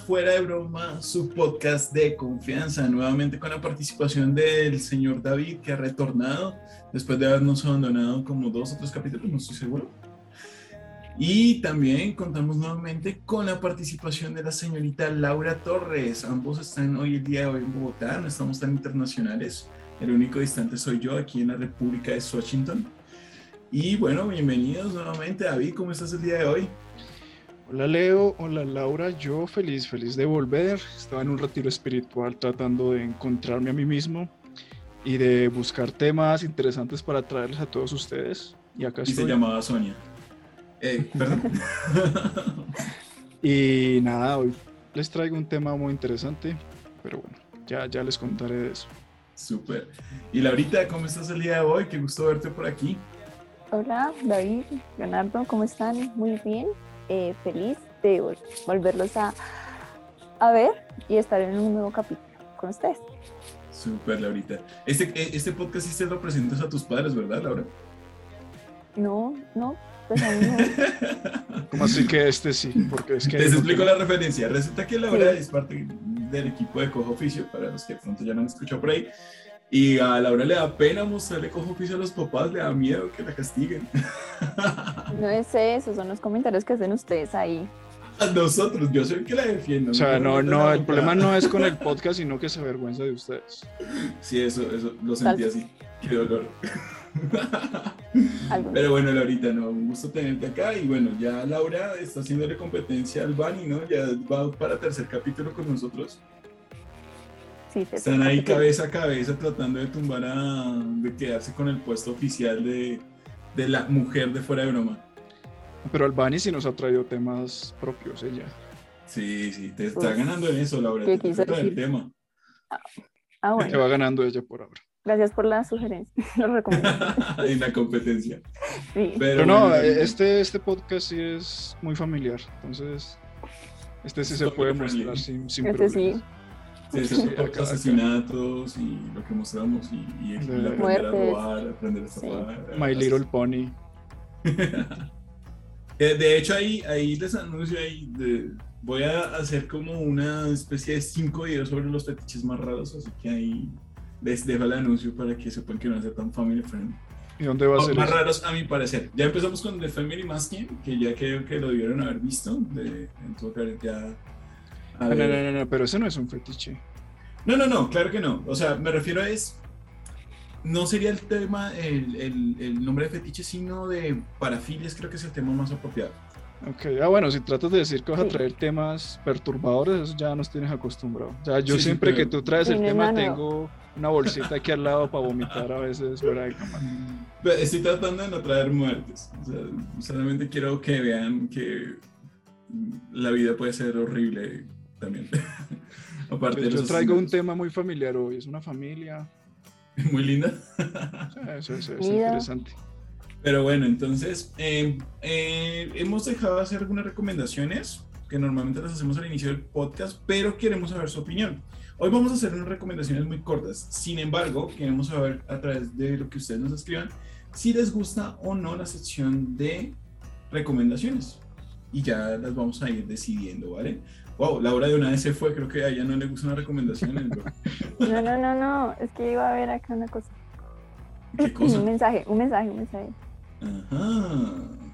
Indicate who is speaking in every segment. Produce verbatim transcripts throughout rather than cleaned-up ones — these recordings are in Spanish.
Speaker 1: Fuera de Broma, su podcast de confianza, nuevamente con la participación del señor David, que ha retornado después de habernos abandonado como dos o tres capítulos, no estoy seguro. Y también contamos nuevamente con la participación de la señorita Laura Torres. Ambos están hoy el día de hoy en Bogotá, no estamos tan internacionales. El único distante soy yo aquí en la República de Washington. Y bueno, bienvenidos nuevamente. David, ¿cómo estás el día de hoy?
Speaker 2: Hola Leo, hola Laura, yo feliz, feliz de volver. Estaba en un retiro espiritual tratando de encontrarme a mí mismo y de buscar temas interesantes para traerles a todos ustedes. Y acá
Speaker 1: Y
Speaker 2: estoy.
Speaker 1: se llamaba Sonia. Eh, ¿Perdón?
Speaker 2: Y nada, hoy les traigo un tema muy interesante, pero bueno, ya, ya les contaré de eso.
Speaker 1: Súper. Y Laurita, ¿cómo estás el día de hoy? Qué gusto verte por aquí.
Speaker 3: Hola David, Leonardo, ¿cómo están? Muy bien, eh, feliz de vol- volverlos a, a ver y estar en un nuevo capítulo con ustedes.
Speaker 1: Súper, Laurita. Este, este podcast sí te lo presentas a tus padres, ¿verdad, Laura?
Speaker 3: No, no, pues aún no.
Speaker 2: ¿Cómo así que este sí? Porque es que...
Speaker 1: Les explico
Speaker 2: porque...
Speaker 1: la referencia. Resulta que Laura
Speaker 3: Sí.
Speaker 1: es parte del equipo de Cojo Oficio, para los que de pronto ya no han escuchado por ahí. Y a Laura le da pena mostrarle Cojo Oficio a los papás, le da miedo que la castiguen.
Speaker 3: No es eso, son los comentarios que hacen ustedes ahí.
Speaker 1: A nosotros, yo soy el que la defiendo.
Speaker 2: O sea, no, no, el
Speaker 1: boca.
Speaker 2: problema no es con el podcast, sino que se avergüenza de ustedes.
Speaker 1: Sí, eso, eso lo sentí
Speaker 3: Tal-
Speaker 1: así. Qué dolor.
Speaker 3: Algo.
Speaker 1: Pero bueno, Laurita, no, un gusto tenerte acá. Y bueno, ya Laura está haciéndole competencia al Bani, ¿no? Ya va para tercer capítulo con nosotros.
Speaker 3: Sí, te
Speaker 1: Están ahí
Speaker 3: toca.
Speaker 1: cabeza a cabeza tratando de tumbar a... de quedarse con el puesto oficial de, de la mujer de Fuera de Broma.
Speaker 2: Pero Albani sí nos ha traído temas propios, ella.
Speaker 1: Sí, sí, te está
Speaker 3: Uf,
Speaker 1: ganando en eso, Laura.
Speaker 3: ¿qué
Speaker 1: Te
Speaker 3: quiso
Speaker 1: toca traer el
Speaker 3: decir?
Speaker 1: tema.
Speaker 3: Ah,
Speaker 2: Que
Speaker 3: bueno,
Speaker 2: va ganando ella por ahora.
Speaker 3: gracias por la sugerencia, lo recomiendo.
Speaker 1: En la competencia.
Speaker 3: Sí.
Speaker 1: Pero,
Speaker 2: Pero no,
Speaker 1: bueno, Laurita,
Speaker 2: este, este podcast sí es muy familiar, entonces este sí
Speaker 1: Es
Speaker 2: se
Speaker 1: family
Speaker 2: puede
Speaker 1: friendly.
Speaker 2: mostrar sin, sin
Speaker 3: Este
Speaker 2: problemas.
Speaker 3: sí,
Speaker 1: sí, se
Speaker 2: Sí,
Speaker 1: toca
Speaker 2: acá- acá.
Speaker 1: asesinatos y lo que mostramos y, y el
Speaker 2: De-
Speaker 1: aprender a
Speaker 3: Muertes.
Speaker 1: robar, aprender a estafar.
Speaker 2: My Little Pony.
Speaker 1: Eh, De hecho, ahí, ahí les anuncio, ahí de- voy a hacer como una especie de cinco videos sobre los fetiches más raros, así que ahí les dejo el anuncio para que sepan que no va a ser tan family friendly.
Speaker 2: ¿Y dónde va a
Speaker 1: O
Speaker 2: ser
Speaker 1: más
Speaker 2: eso?
Speaker 1: raros a mi parecer. Ya empezamos con The Family Masking, que ya creo que lo debieron haber visto. De, en todo caso, ya... a
Speaker 2: Ah, no,
Speaker 1: ver.
Speaker 2: no, no, no, pero ese no es un fetiche.
Speaker 1: No, no, no, claro que no. O sea, me refiero a es... No sería el tema, el, el, el nombre de fetiche, sino de parafilias, creo que es el tema más apropiado.
Speaker 2: Ok, ah bueno, si tratas de decir que vas a
Speaker 3: Sí.
Speaker 2: traer temas perturbadores, eso ya nos tienes acostumbrados. O sea, yo
Speaker 1: Sí, sí,
Speaker 2: siempre
Speaker 1: pero-
Speaker 2: que tú traes
Speaker 3: Sí,
Speaker 2: el
Speaker 3: no es
Speaker 2: tema
Speaker 3: nada nuevo.
Speaker 2: tengo una bolsita aquí al lado para vomitar a veces fuera de cámara.
Speaker 1: Pero estoy tratando de no traer muertes. O sea, solamente quiero que vean que la vida puede ser horrible también. Aparte de
Speaker 2: Yo
Speaker 1: los
Speaker 2: traigo un
Speaker 1: asesinatos.
Speaker 2: tema muy familiar hoy, es una familia.
Speaker 1: Muy linda.
Speaker 2: Eso, eso es
Speaker 3: Mira.
Speaker 2: interesante.
Speaker 1: Pero bueno, entonces eh, eh, hemos dejado de hacer algunas recomendaciones que normalmente las hacemos al inicio del podcast, pero queremos saber su opinión. Hoy vamos a hacer unas recomendaciones muy cortas. Sin embargo, queremos saber a través de lo que ustedes nos escriban si les gusta o no la sección de recomendaciones. Y ya las vamos a ir decidiendo, ¿vale? Wow, Laura de una vez se fue, creo que a ella no le gustan las recomendaciones. ¿No?
Speaker 3: no, no, no, no, es que iba a ver acá una cosa.
Speaker 1: ¿Qué cosa?
Speaker 3: Un mensaje, un mensaje, un mensaje.
Speaker 1: Ajá.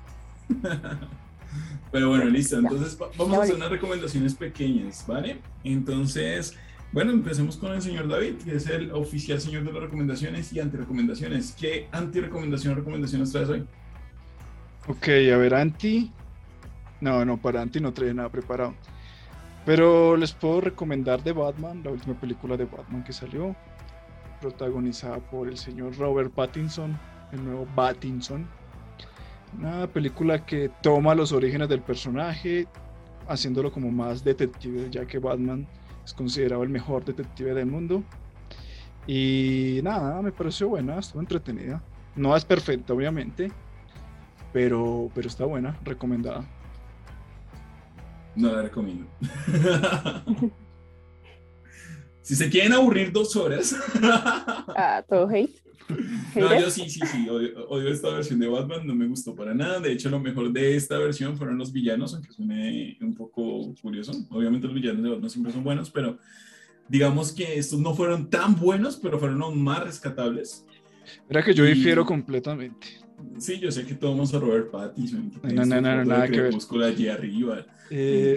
Speaker 1: Pero bueno, listo. Entonces va- vamos
Speaker 3: Ya
Speaker 1: a hacer
Speaker 3: volví.
Speaker 1: unas recomendaciones pequeñas, ¿vale? Entonces, bueno, empecemos con el señor David, que es el oficial señor de las recomendaciones y antirecomendaciones. ¿Qué antirecomendación o recomendaciones traes hoy?
Speaker 2: Ok, a ver, Anti. No, no, para Anti no trae nada preparado. Pero les puedo recomendar The Batman, la última película de Batman que salió, protagonizada por el señor Robert Pattinson, el nuevo Pattinson. Una película que toma los orígenes del personaje, haciéndolo como más detective, ya que Batman es considerado el mejor detective del mundo. Y nada, me pareció buena, estuvo entretenida. No es perfecta, obviamente, pero, pero está buena, recomendada.
Speaker 1: No la recomiendo. Si se quieren aburrir dos horas.
Speaker 3: Ah, todo hate.
Speaker 1: No,
Speaker 3: ¿Haters?
Speaker 1: yo sí, sí, sí, odio, odio esta versión de Batman, no me gustó para nada. De hecho, lo mejor de esta versión fueron los villanos, aunque suene un poco curioso. Obviamente los villanos de Batman siempre son buenos, pero digamos que estos no fueron tan buenos, pero fueron aún más rescatables.
Speaker 2: Era que yo
Speaker 1: Y-
Speaker 2: difiero completamente.
Speaker 1: Sí, yo sé que tomamos a Robert Pattinson, que tiene
Speaker 2: No, no,
Speaker 1: su
Speaker 2: no, no,
Speaker 1: foto
Speaker 2: nada
Speaker 1: de
Speaker 2: que ver.
Speaker 1: Crepúsculo allí arriba.
Speaker 2: Eh,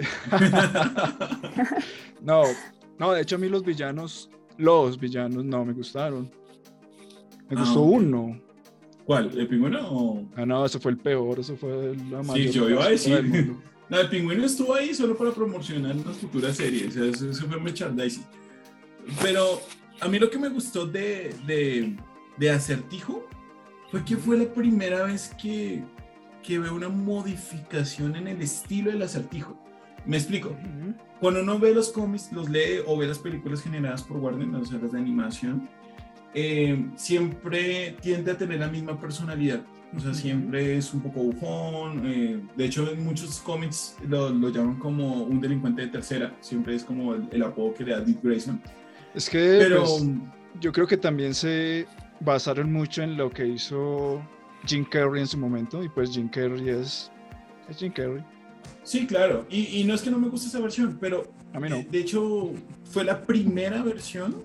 Speaker 2: no, no, de hecho a mí los villanos, los villanos no me gustaron. Me
Speaker 1: Ah,
Speaker 2: gustó
Speaker 1: ok.
Speaker 2: uno.
Speaker 1: ¿Cuál? ¿El pingüino o...?
Speaker 2: Ah, no, ese fue el peor, eso fue la mayor
Speaker 1: Sí, yo iba a
Speaker 2: basura del
Speaker 1: decir.
Speaker 2: mundo.
Speaker 1: No, el pingüino estuvo ahí solo para promocionar unas futuras series. O sea, eso, eso fue merchandising. Pero a mí lo que me gustó de, de, de Acertijo fue que fue la primera vez que, que veo una modificación en el estilo del Acertijo. Me explico.
Speaker 2: Ujú.
Speaker 1: Cuando uno ve los cómics, los lee o ve las películas generadas por Warner, las sagas de animación, eh, siempre tiende a tener la misma personalidad. O sea,
Speaker 2: Ujú.
Speaker 1: siempre es un poco bufón. Eh, de hecho, en muchos cómics lo, lo llaman como un delincuente de tercera. Siempre es como el, el apodo que le da Dick Grayson.
Speaker 2: Es que
Speaker 1: Pero
Speaker 2: pues, yo creo que también se basaron mucho en lo que hizo Jim Carrey en su momento, y pues Jim Carrey es, es Jim Carrey.
Speaker 1: sí, claro. Y, y no es que no me guste esa versión, pero
Speaker 2: A mí no.
Speaker 1: de, de hecho fue la primera versión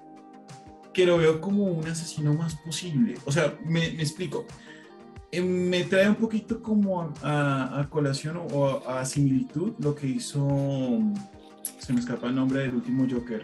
Speaker 1: que lo veo como un asesino más posible. O sea, me, me explico. Eh, me trae un poquito como a, a, a colación o, o a, a similitud lo que hizo, se me escapa el nombre del último Joker,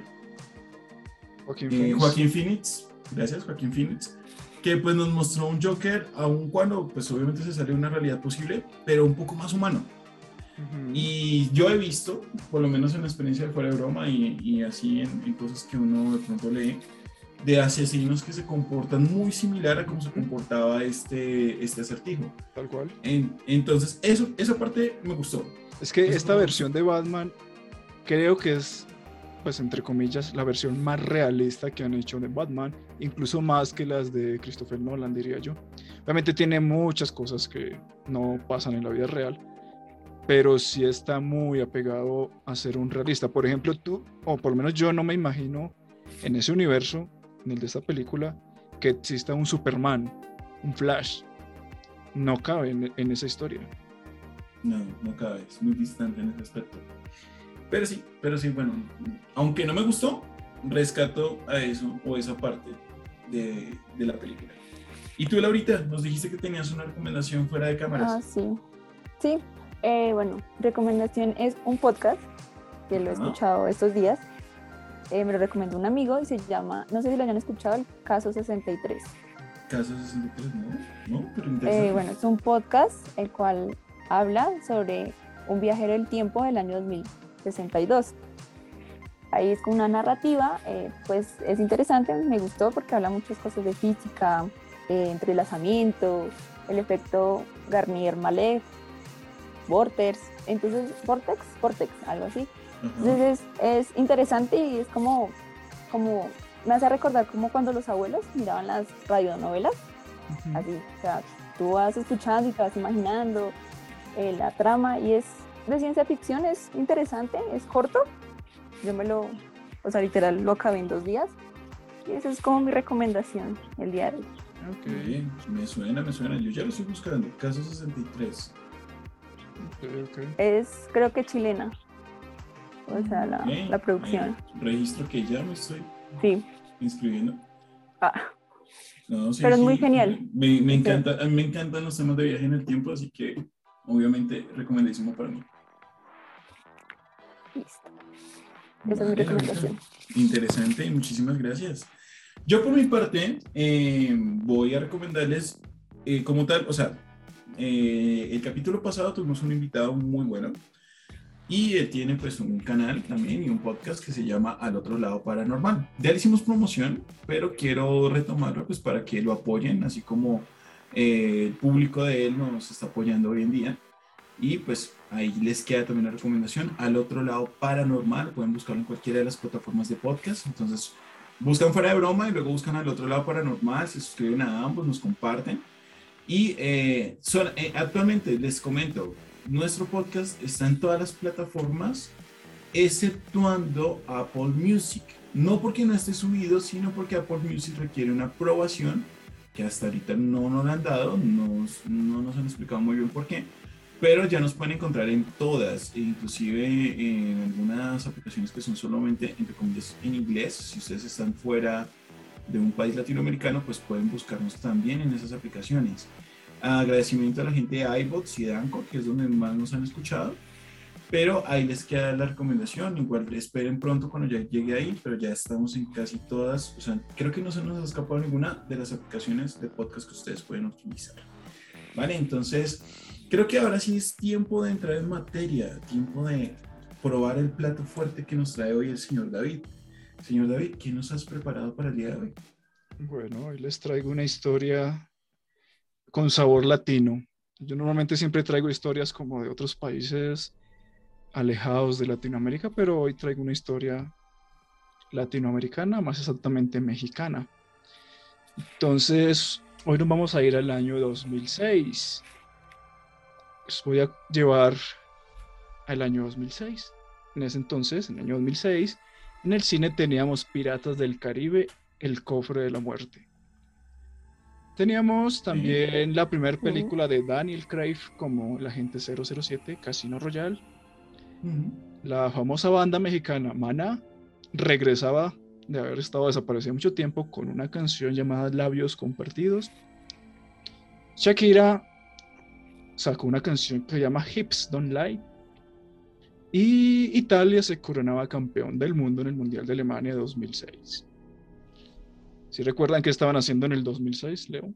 Speaker 2: Joaquín
Speaker 1: eh,
Speaker 2: Phoenix.
Speaker 1: Joaquín Phoenix, gracias Joaquín Phoenix, que pues nos mostró un Joker, aun cuando pues obviamente se sale de una realidad posible, pero un poco más humano.
Speaker 2: Ujú.
Speaker 1: Y yo he visto, por lo menos en la experiencia de Fuera de Broma y, y así en, en cosas que uno de pronto lee, de asesinos que se comportan muy similar a cómo se comportaba este, este Acertijo.
Speaker 2: Tal cual.
Speaker 1: En, entonces, eso, esa parte me gustó.
Speaker 2: Es que
Speaker 1: Eso
Speaker 2: esta
Speaker 1: me
Speaker 2: versión de Batman creo que es, pues entre comillas, la versión más realista que han hecho de Batman, incluso más que las de Christopher Nolan, diría yo. Obviamente tiene muchas cosas que no pasan en la vida real, pero sí está muy apegado a ser un realista. Por ejemplo, tú, o por lo menos yo no me imagino en ese universo, en el de esta película, que exista un Superman, un Flash. No cabe en, en esa historia.
Speaker 1: No, no cabe, es muy distante en ese aspecto. Pero sí, pero sí, bueno, aunque no me gustó, rescato a eso o esa parte de, de la película. Y tú, Laurita, nos dijiste que tenías una recomendación fuera de cámaras.
Speaker 3: Ah, sí. Sí, eh, bueno, recomendación es un podcast que lo he
Speaker 1: Ajá.
Speaker 3: escuchado estos días. Eh, me lo recomendó un amigo y se llama, no sé si lo hayan escuchado, el Caso sesenta y tres.
Speaker 1: Caso sesenta y tres, ¿no? No, pero interesante.
Speaker 3: Eh, bueno, es un podcast el cual habla sobre un viajero del tiempo del año dos mil sesenta y dos. Ahí es con una narrativa, eh, pues es interesante, me gustó porque habla muchas cosas de física, eh, entrelazamiento, el efecto Garnier-Mallet, Vortex, entonces Vortex, Vortex, algo así.
Speaker 1: Ajá.
Speaker 3: Entonces es, es interesante y es como, como, me hace recordar como cuando los abuelos miraban las radionovelas,
Speaker 2: Ujú.
Speaker 3: así, o sea, tú vas escuchando y te vas imaginando eh, la trama y es de ciencia ficción, es interesante, es corto, yo me lo, o sea, literal lo acabé en dos días y esa es como mi recomendación el día de hoy.
Speaker 1: Ok, me suena, me suena. Yo ya lo estoy buscando. Caso sesenta y tres.
Speaker 2: Ok, ok.
Speaker 3: Es creo que chilena, o sea, la,
Speaker 1: Ok,
Speaker 3: la producción,
Speaker 1: eh, registro que ya me estoy
Speaker 3: sí.
Speaker 1: inscribiendo.
Speaker 3: Ah,
Speaker 1: No, sí,
Speaker 3: pero es muy
Speaker 1: sí,
Speaker 3: genial.
Speaker 1: Me, me,
Speaker 3: Sí.
Speaker 1: encanta, a mí me encantan los temas de viaje en el tiempo, así que obviamente recomendadísimo para mí.
Speaker 3: Listo. Esa es mi
Speaker 1: Vale,
Speaker 3: recomendación.
Speaker 1: Laurita, interesante y muchísimas gracias. Yo por mi parte eh, voy a recomendarles eh, como tal, o sea, eh, el capítulo pasado tuvimos un invitado muy bueno y él tiene pues un canal también y un podcast que se llama Al Otro Lado Paranormal. Ya le hicimos promoción, pero quiero retomarlo pues para que lo apoyen, así como eh, el público de él nos está apoyando hoy en día. Y pues ahí les queda también la recomendación, Al Otro Lado Paranormal, pueden buscarlo en cualquiera de las plataformas de podcast, entonces buscan Fuera de Broma y luego buscan Al Otro Lado Paranormal, se suscriben a ambos, nos comparten. Y eh, son, eh, actualmente les comento, nuestro podcast está en todas las plataformas, exceptuando Apple Music. no porque no esté subido, sino porque Apple Music requiere una aprobación que hasta ahorita no nos la han dado, nos, no nos han explicado muy bien por qué, pero ya nos pueden encontrar en todas, e inclusive en algunas aplicaciones que son solamente, entre comillas, en inglés. Si ustedes están fuera de un país latinoamericano, pues pueden buscarnos también en esas aplicaciones. Agradecimiento a la gente de iBots y de Anchor, que es donde más nos han escuchado, pero ahí les queda la recomendación. Igual esperen pronto cuando ya llegue ahí, pero ya estamos en casi todas, o sea, creo que no se nos ha escapado ninguna de las aplicaciones de podcast que ustedes pueden utilizar. Vale, entonces creo que ahora sí es tiempo de entrar en materia, tiempo de probar el plato fuerte que nos trae hoy el señor David. Señor David, ¿qué nos has preparado para el día de hoy?
Speaker 2: Bueno, hoy les traigo una historia con sabor latino. Yo normalmente siempre traigo historias como de otros países alejados de Latinoamérica, pero hoy traigo una historia latinoamericana, más exactamente mexicana. Entonces, hoy nos vamos a ir al año dos mil seis. Les voy a llevar al año dos mil seis. En ese entonces, en el año dos mil seis, en el cine teníamos Piratas del Caribe, El Cofre de la Muerte. Teníamos también la primera película de Daniel Craig como el agente cero cero siete, Casino Royale. La famosa banda mexicana Maná regresaba de haber estado desaparecida mucho tiempo con una canción llamada Labios Compartidos. Shakira sacó una canción que se llama Hips Don't Lie. Y Italia se coronaba campeón del mundo en el Mundial de Alemania dos mil seis. ¿Sí recuerdan qué estaban haciendo en el dos mil seis, Leo?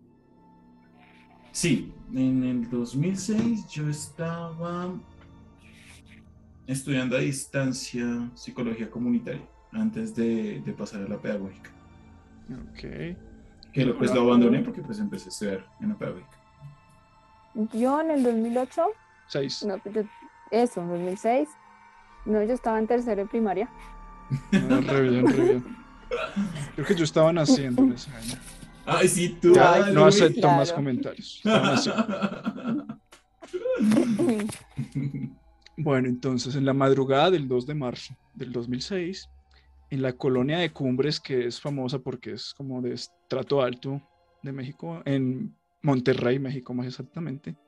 Speaker 1: Sí, en el dos mil seis yo estaba estudiando a distancia psicología comunitaria antes de, de pasar a la pedagógica.
Speaker 2: Ok.
Speaker 1: Que lo, pues lo abandoné porque pues empecé a estudiar en la pedagógica.
Speaker 3: Yo en el dos mil ocho,
Speaker 2: Seis.
Speaker 3: no, yo, eso, en dos mil seis, no, yo estaba en tercero de primaria.
Speaker 2: No, re bien, re bien. Creo que yo estaba naciendo en ese año.
Speaker 1: Ay, sí, tú.
Speaker 2: Ya,
Speaker 1: Ay,
Speaker 2: no
Speaker 1: Luis.
Speaker 2: acepto
Speaker 3: claro.
Speaker 2: más comentarios. Estaba naciendo. Bueno, entonces en la madrugada del dos de marzo del dos mil seis, en la colonia de Cumbres, que es famosa porque es como de estrato alto de México, en Monterrey, México más exactamente,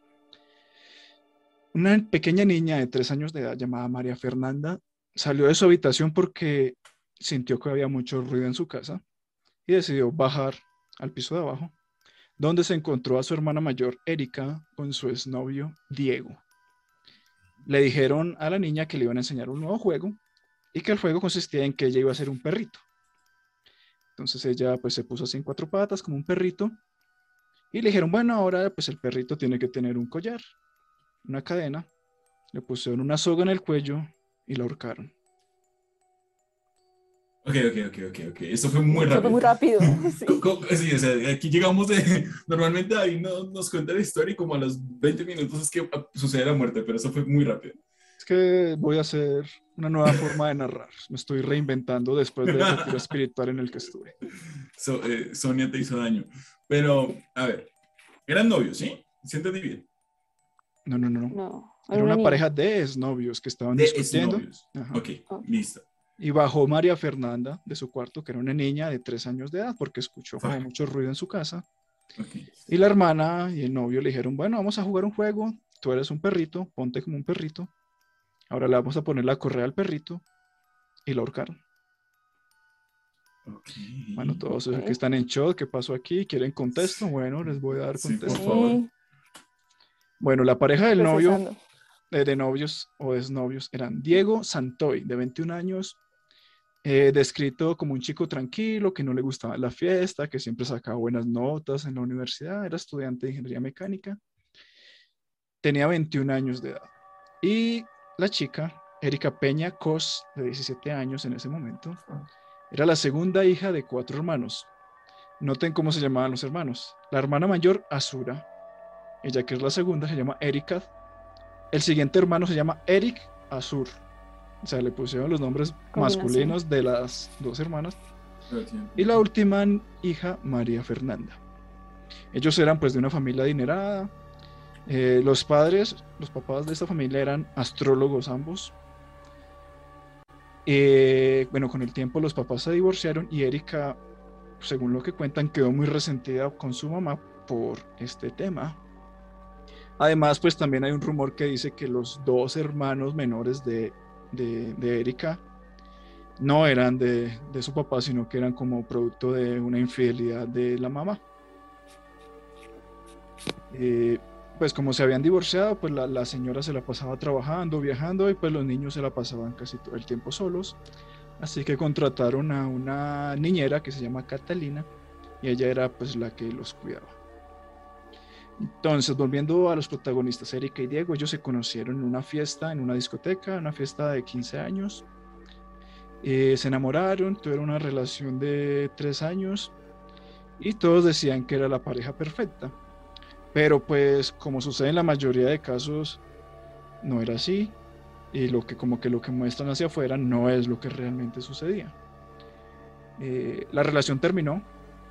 Speaker 2: una pequeña niña de tres años de edad llamada María Fernanda salió de su habitación porque sintió que había mucho ruido en su casa y decidió bajar al piso de abajo, donde se encontró a su hermana mayor, Erika, con su exnovio, Diego. Le dijeron a la niña que le iban a enseñar un nuevo juego y que el juego consistía en que ella iba a ser un perrito. Entonces ella pues se puso así en cuatro patas como un perrito y le dijeron, bueno, ahora pues el perrito tiene que tener un collar, una cadena, le pusieron una soga en el cuello y la ahorcaron.
Speaker 1: Ok, ok, ok, ok, ok. Eso fue muy
Speaker 3: Eso
Speaker 1: rápido.
Speaker 3: fue muy rápido. Sí.
Speaker 1: Co- co- Sí, o sea, aquí llegamos de... Normalmente ahí no, nos cuenta la historia y como a los veinte minutos es que ah, sucede la muerte, pero eso fue muy rápido.
Speaker 2: Es que voy a hacer una nueva forma de narrar. Me estoy reinventando después del retiro espiritual en el que estuve.
Speaker 1: So, eh, Sonia te hizo daño. Pero, a ver, eran novios, ¿sí? ¿Sí entendí bien?
Speaker 2: No, no, no. no.
Speaker 3: No,
Speaker 2: Era una
Speaker 3: niña.
Speaker 2: pareja de exnovios que estaban
Speaker 1: De
Speaker 2: discutiendo.
Speaker 1: exnovios.
Speaker 2: Ajá.
Speaker 1: Ok, listo.
Speaker 2: Y bajó María Fernanda de su cuarto, que era una niña de tres años de edad, porque escuchó como
Speaker 1: Fuck.
Speaker 2: mucho ruido en su casa.
Speaker 1: Ok.
Speaker 2: Y la hermana y el novio le dijeron, bueno, vamos a jugar un juego. Tú eres un perrito, ponte como un perrito. Ahora le vamos a poner la correa al perrito. Y la ahorcaron.
Speaker 1: Ok.
Speaker 2: Bueno, todos
Speaker 3: Ok.
Speaker 2: que están en shock, ¿qué pasó aquí? ¿Quieren contexto? Bueno, les voy a dar
Speaker 1: Sí, por
Speaker 2: contexto.
Speaker 1: favor.
Speaker 3: Sí,
Speaker 2: Bueno, la pareja del novio,
Speaker 3: procesando.
Speaker 2: eh, de novios o exnovios, eran Diego Santoy, de veintiún años, eh, descrito como un chico tranquilo, que no le gustaba la fiesta, que siempre sacaba buenas notas en la universidad, era estudiante de ingeniería mecánica, tenía veintiún años de edad. Y la chica, Erika Peña Cos, de diecisiete años en ese momento, era la segunda hija de cuatro hermanos. Noten cómo se llamaban los hermanos. La hermana mayor, Azura. Ella, que es la segunda, se llama Erika. El siguiente hermano se llama Eric Azur. O sea, le pusieron los nombres
Speaker 3: Combinación.
Speaker 2: masculinos de las dos hermanas.
Speaker 1: Lo entiendo.
Speaker 2: Y la última hija, María Fernanda. Ellos eran pues de una familia adinerada. Eh, los padres, los papás de esta familia eran astrólogos ambos. Eh, bueno, con el tiempo los papás se divorciaron y Erika, según lo que cuentan, quedó muy resentida con su mamá por este tema. Además, pues también hay un rumor que dice que los dos hermanos menores de, de, de Erika no eran de, de su papá, sino que eran como producto de una infidelidad de la mamá. Eh, pues como se habían divorciado, pues la, la señora se la pasaba trabajando, viajando, y pues los niños se la pasaban casi todo el tiempo solos. Así que contrataron a una niñera que se llama Catalina, y ella era pues la que los cuidaba. Entonces, volviendo a los protagonistas, Erika y Diego, ellos se conocieron en una fiesta, en una discoteca, una fiesta de quince años. Eh, se enamoraron, tuvieron una relación de tres años y todos decían que era la pareja perfecta. Pero pues como sucede en la mayoría de casos, no era así, y lo que como que lo que muestran hacia afuera no es lo que realmente sucedía. Eh, la relación terminó.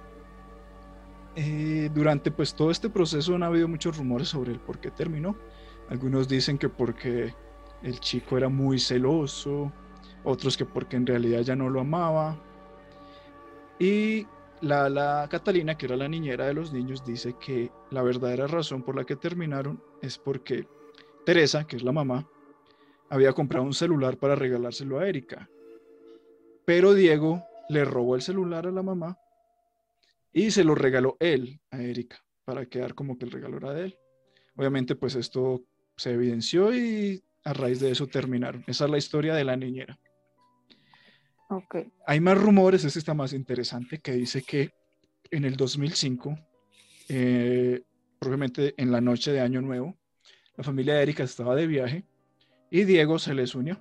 Speaker 2: Eh, durante pues todo este proceso han habido muchos rumores sobre el por qué terminó. Algunos dicen que porque el chico era muy celoso, otros que porque en realidad ya no lo amaba. Y la, la Catalina, que era la niñera de los niños, dice que la verdadera razón por la que terminaron es porque Teresa, que es la mamá, había comprado un celular para regalárselo a Erika. Pero Diego le robó el celular a la mamá y se lo regaló él a Erika para quedar como que el regalo era de él. Obviamente pues esto se evidenció y a raíz de eso terminaron. Esa es la historia de la niñera.
Speaker 3: Ok.
Speaker 2: Hay más rumores, este está más interesante, que dice que en el dos mil cinco, eh, probablemente en la noche de Año Nuevo, la familia de Erika estaba de viaje y Diego se les unió.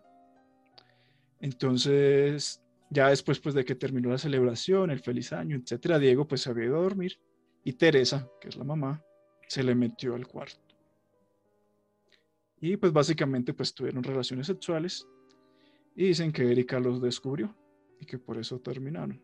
Speaker 2: Entonces, ya después pues, de que terminó la celebración, el feliz año, etcétera, Diego pues se había ido a dormir y Teresa, que es la mamá, se le metió al cuarto. Y pues básicamente pues tuvieron relaciones sexuales y dicen que Erika los descubrió y que por eso terminaron.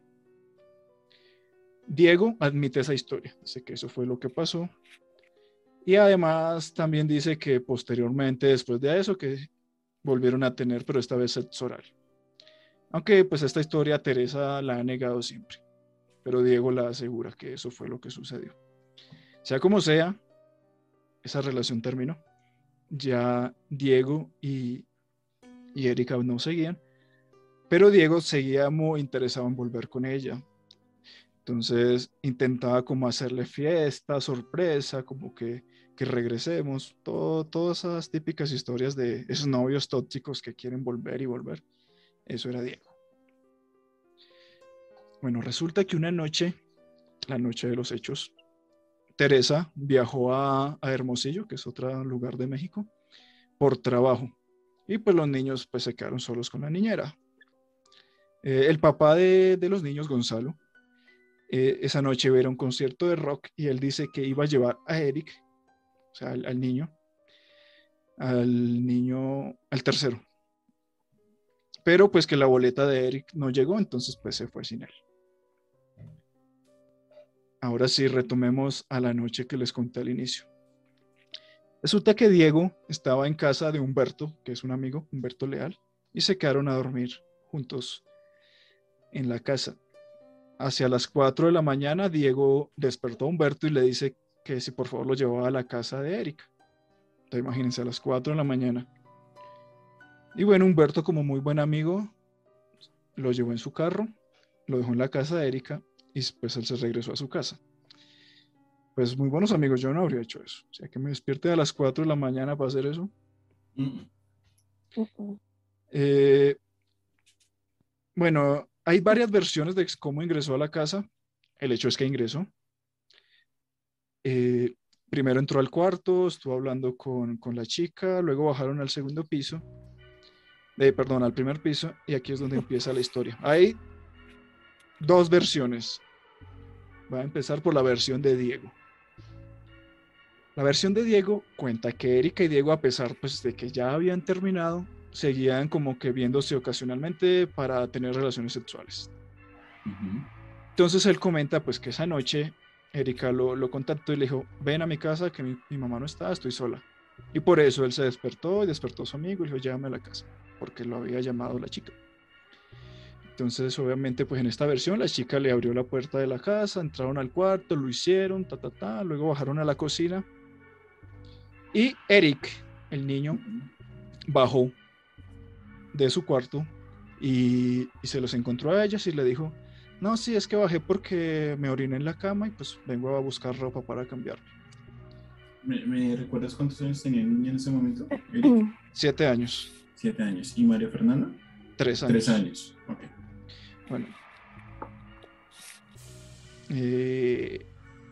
Speaker 2: Diego admite esa historia, dice que eso fue lo que pasó y además también dice que posteriormente, después de eso, que volvieron a tener, pero esta vez sexo oral. Aunque pues esta historia Teresa la ha negado siempre, pero Diego la asegura que eso fue lo que sucedió. Sea como sea, esa relación terminó. Ya Diego y, y Erika no seguían, pero Diego seguía muy interesado en volver con ella. Entonces intentaba como hacerle fiesta, sorpresa, como que, que regresemos, todo, todas esas típicas historias de esos novios tóxicos que quieren volver y volver. Eso era Diego. Bueno, resulta que una noche, la noche de los hechos, Teresa viajó a, a Hermosillo, que es otro lugar de México, por trabajo. Y pues los niños pues se quedaron solos con la niñera. Eh, el papá de, de los niños, Gonzalo, eh, esa noche iba a ir a un concierto de rock y él dice que iba a llevar a Eric, o sea, al, al niño, al niño, al tercero. Pero pues que la boleta de Eric no llegó, entonces pues se fue sin él. Ahora sí, retomemos a la noche que les conté al inicio. Resulta que Diego estaba en casa de Humberto, que es un amigo, Humberto Leal, y se quedaron a dormir juntos en la casa. Hacia las cuatro de la mañana, Diego despertó a Humberto y le dice que si por favor lo llevaba a la casa de Erika. Entonces imagínense, a las cuatro de la mañana. Y bueno, Humberto, como muy buen amigo, lo llevó en su carro, lo dejó en la casa de Erika y después él se regresó a su casa. Pues muy buenos amigos, yo no habría hecho eso. O sea, que me despierte a las cuatro de la mañana para hacer eso.
Speaker 1: Mm.
Speaker 3: Uh-uh.
Speaker 2: Eh, bueno, hay varias versiones de cómo ingresó a la casa. El hecho es que ingresó. Eh, primero entró al cuarto, estuvo hablando con, con la chica, luego bajaron al segundo piso, eh, perdón, al primer piso, y aquí es donde empieza la historia. Hay dos versiones. Voy a empezar por la versión de Diego. La versión de Diego cuenta que Erika y Diego, a pesar pues, de que ya habían terminado, seguían como que viéndose ocasionalmente para tener relaciones sexuales.
Speaker 1: Uh-huh.
Speaker 2: Entonces él comenta pues que esa noche Erika lo, lo contactó y le dijo, ven a mi casa que mi, mi mamá no está, estoy sola. Y por eso él se despertó y despertó a su amigo y le dijo, llévame a la casa, porque lo había llamado la chica. Entonces, obviamente, pues en esta versión la chica le abrió la puerta de la casa, entraron al cuarto, lo hicieron, ta, ta, ta, luego bajaron a la cocina y Eric, el niño, bajó de su cuarto y, y se los encontró a ellas y le dijo, no, sí, es que bajé porque me oriné en la cama y pues vengo a buscar ropa para cambiarme.
Speaker 1: ¿Me, me recuerdas cuántos años tenía el niño en ese momento? Eric.
Speaker 2: Siete años.
Speaker 1: Siete años. ¿Y María Fernanda?
Speaker 2: Tres años.
Speaker 1: Tres años, ok.
Speaker 2: Bueno. Eh...